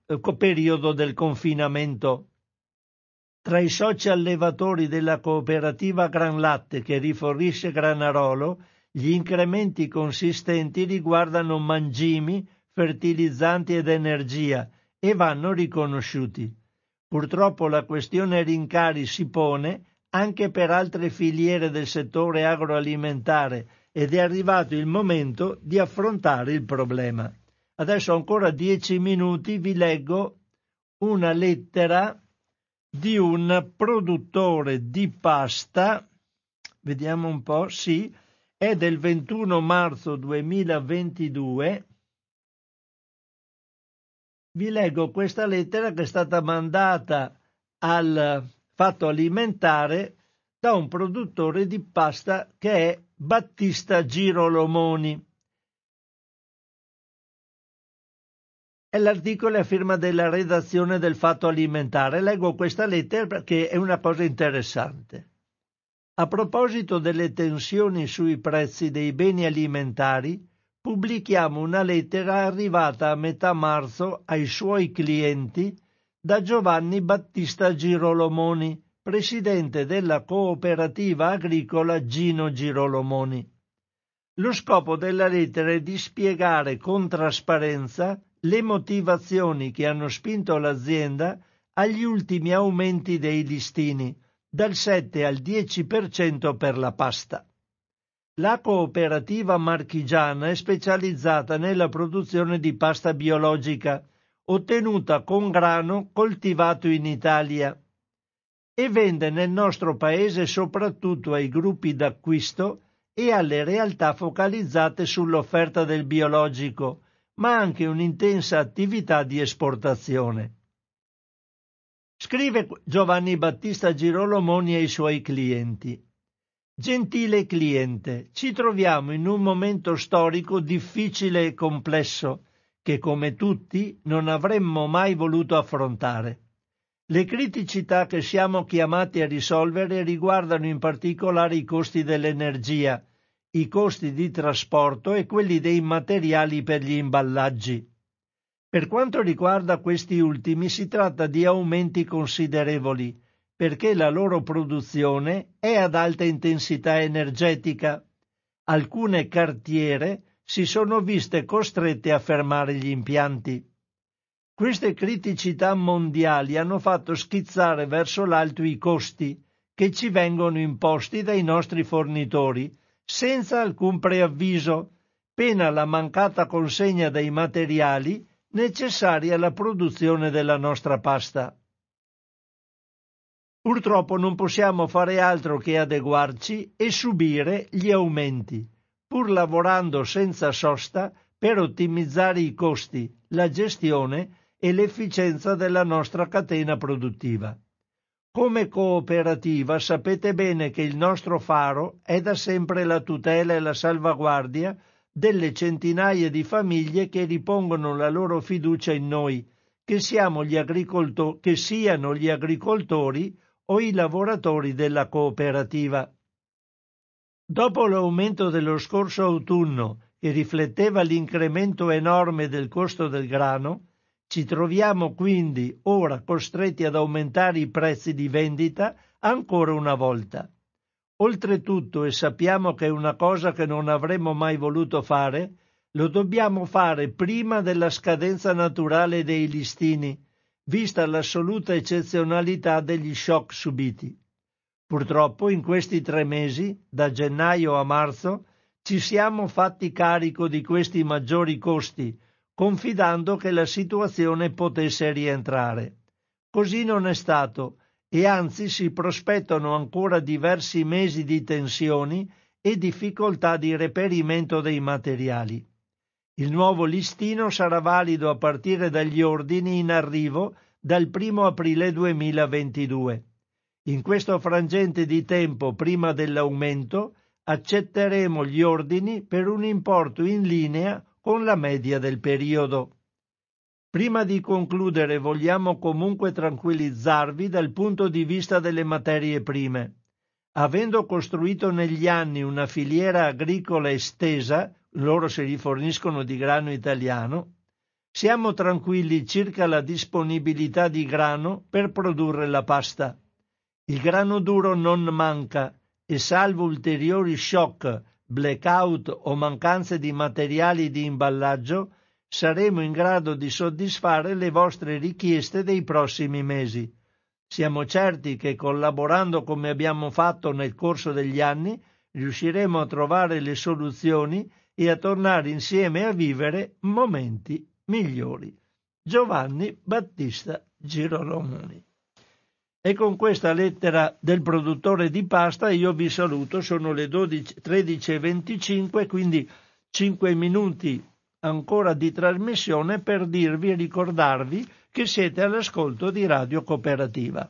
eh, periodo del confinamento. Tra i soci allevatori della cooperativa Gran Latte che rifornisce Granarolo, gli incrementi consistenti riguardano mangimi, fertilizzanti ed energia e vanno riconosciuti. Purtroppo la questione rincari si pone anche per altre filiere del settore agroalimentare ed è arrivato il momento di affrontare il problema. Adesso ancora dieci minuti vi leggo una lettera di un produttore di pasta, vediamo un po', sì, è del ventuno marzo duemilaventidue. Vi leggo questa lettera che è stata mandata al Fatto Alimentare da un produttore di pasta che è Battista Girolomoni. E l'articolo è a firma della redazione del Fatto Alimentare. Leggo questa lettera perché è una cosa interessante. A proposito delle tensioni sui prezzi dei beni alimentari, pubblichiamo una lettera arrivata a metà marzo ai suoi clienti da Giovanni Battista Girolomoni, presidente della cooperativa agricola Gino Girolomoni. Lo scopo della lettera è di spiegare con trasparenza le motivazioni che hanno spinto l'azienda agli ultimi aumenti dei listini, dal sette al dieci per cento per la pasta. La cooperativa marchigiana è specializzata nella produzione di pasta biologica, ottenuta con grano coltivato in Italia, e vende nel nostro paese soprattutto ai gruppi d'acquisto e alle realtà focalizzate sull'offerta del biologico, ma anche un'intensa attività di esportazione. Scrive Giovanni Battista Girolomoni ai suoi clienti. Gentile cliente, ci troviamo in un momento storico difficile e complesso che, come tutti, non avremmo mai voluto affrontare. Le criticità che siamo chiamati a risolvere riguardano in particolare i costi dell'energia, i costi di trasporto e quelli dei materiali per gli imballaggi. Per quanto riguarda questi ultimi si tratta di aumenti considerevoli, perché la loro produzione è ad alta intensità energetica. Alcune cartiere si sono viste costrette a fermare gli impianti. Queste criticità mondiali hanno fatto schizzare verso l'alto i costi che ci vengono imposti dai nostri fornitori, senza alcun preavviso, pena la mancata consegna dei materiali necessari alla produzione della nostra pasta. Purtroppo non possiamo fare altro che adeguarci e subire gli aumenti, pur lavorando senza sosta per ottimizzare i costi, la gestione e l'efficienza della nostra catena produttiva. Come cooperativa sapete bene che il nostro faro è da sempre la tutela e la salvaguardia delle centinaia di famiglie che ripongono la loro fiducia in noi, che, siamo gli agricolto- che siano gli agricoltori o i lavoratori della cooperativa. Dopo l'aumento dello scorso autunno, che rifletteva l'incremento enorme del costo del grano, ci troviamo quindi ora costretti ad aumentare i prezzi di vendita ancora una volta. Oltretutto, e sappiamo che è una cosa che non avremmo mai voluto fare, lo dobbiamo fare prima della scadenza naturale dei listini, vista l'assoluta eccezionalità degli shock subiti. Purtroppo in questi tre mesi, da gennaio a marzo, ci siamo fatti carico di questi maggiori costi, confidando che la situazione potesse rientrare. Così non è stato, e anzi si prospettano ancora diversi mesi di tensioni e difficoltà di reperimento dei materiali. Il nuovo listino sarà valido a partire dagli ordini in arrivo dal primo aprile duemilaventidue. In questo frangente di tempo prima dell'aumento accetteremo gli ordini per un importo in linea con la media del periodo. Prima di concludere vogliamo comunque tranquillizzarvi dal punto di vista delle materie prime. Avendo costruito negli anni una filiera agricola estesa, loro si riforniscono di grano italiano, Siamo tranquilli circa la disponibilità di grano per produrre la pasta. Il grano duro non manca e salvo ulteriori shock, blackout o mancanze di materiali di imballaggio, saremo in grado di soddisfare le vostre richieste dei prossimi mesi. Siamo certi che collaborando come abbiamo fatto nel corso degli anni, riusciremo a trovare le soluzioni e a tornare insieme a vivere momenti migliori. Giovanni Battista Girolomoni. E con questa lettera del produttore di pasta io vi saluto, sono le dodici, tredici e venticinque, quindi cinque minuti ancora di trasmissione per dirvi e ricordarvi che siete all'ascolto di Radio Cooperativa.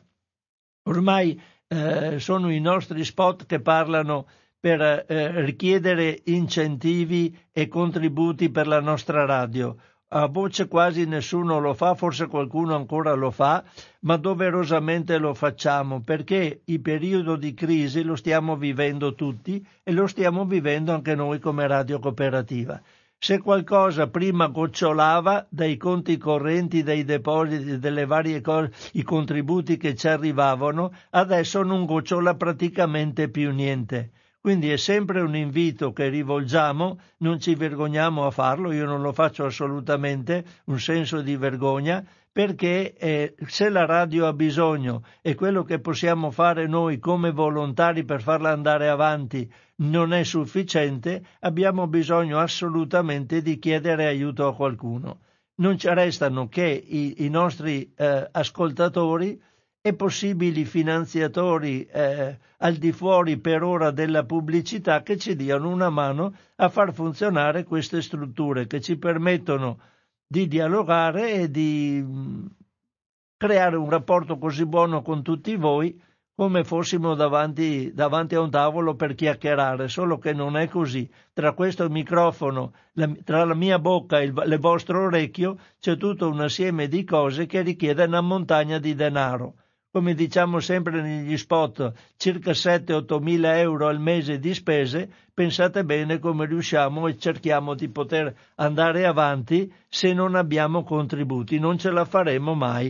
Ormai eh, sono i nostri spot che parlano per eh, richiedere incentivi e contributi per la nostra radio. A voce quasi nessuno lo fa, forse qualcuno ancora lo fa, ma doverosamente lo facciamo perché il periodo di crisi lo stiamo vivendo tutti e lo stiamo vivendo anche noi come Radio Cooperativa. Se qualcosa prima gocciolava dai conti correnti, dai depositi, delle varie cose, i contributi che ci arrivavano, adesso non gocciola praticamente più niente. Quindi è sempre un invito che rivolgiamo, non ci vergogniamo a farlo, io non lo faccio assolutamente, un senso di vergogna, perché eh, se la radio ha bisogno e quello che possiamo fare noi come volontari per farla andare avanti non è sufficiente, abbiamo bisogno assolutamente di chiedere aiuto a qualcuno. Non ci restano che i, i nostri eh, ascoltatori e possibili finanziatori eh, al di fuori per ora della pubblicità che ci diano una mano a far funzionare queste strutture che ci permettono di dialogare e di mh, creare un rapporto così buono con tutti voi come fossimo davanti, davanti a un tavolo per chiacchierare, solo che non è così. Tra questo microfono, la, tra la mia bocca e il, il vostro orecchio c'è tutto un assieme di cose che richiede una montagna di denaro. Come diciamo sempre negli spot, circa sette otto mila euro al mese di spese, pensate bene come riusciamo e cerchiamo di poter andare avanti se non abbiamo contributi, non ce la faremo mai.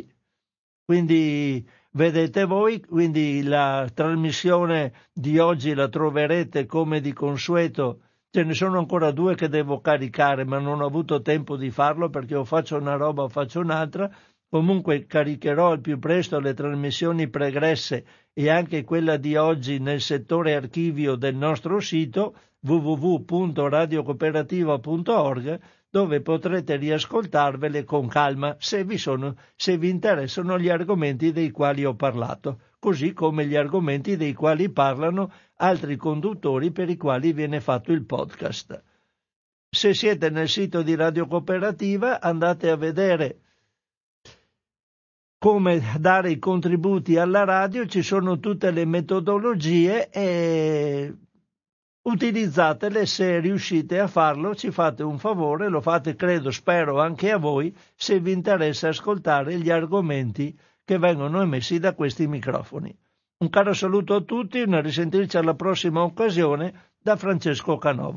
Quindi vedete voi, quindi la trasmissione di oggi la troverete come di consueto, ce ne sono ancora due che devo caricare ma non ho avuto tempo di farlo perché o faccio una roba o faccio un'altra. Comunque caricherò al più presto le trasmissioni pregresse e anche quella di oggi nel settore archivio del nostro sito w w w punto radio cooperativa punto org, dove potrete riascoltarvele con calma se vi sono, se vi interessano gli argomenti dei quali ho parlato, così come gli argomenti dei quali parlano altri conduttori per i quali viene fatto il podcast. Se siete nel sito di Radio Cooperativa andate a vedere come dare i contributi alla radio, ci sono tutte le metodologie e utilizzatele se riuscite a farlo, ci fate un favore, lo fate credo, spero anche a voi, se vi interessa ascoltare gli argomenti che vengono emessi da questi microfoni. Un caro saluto a tutti, una risentirci alla prossima occasione da Francesco Canova.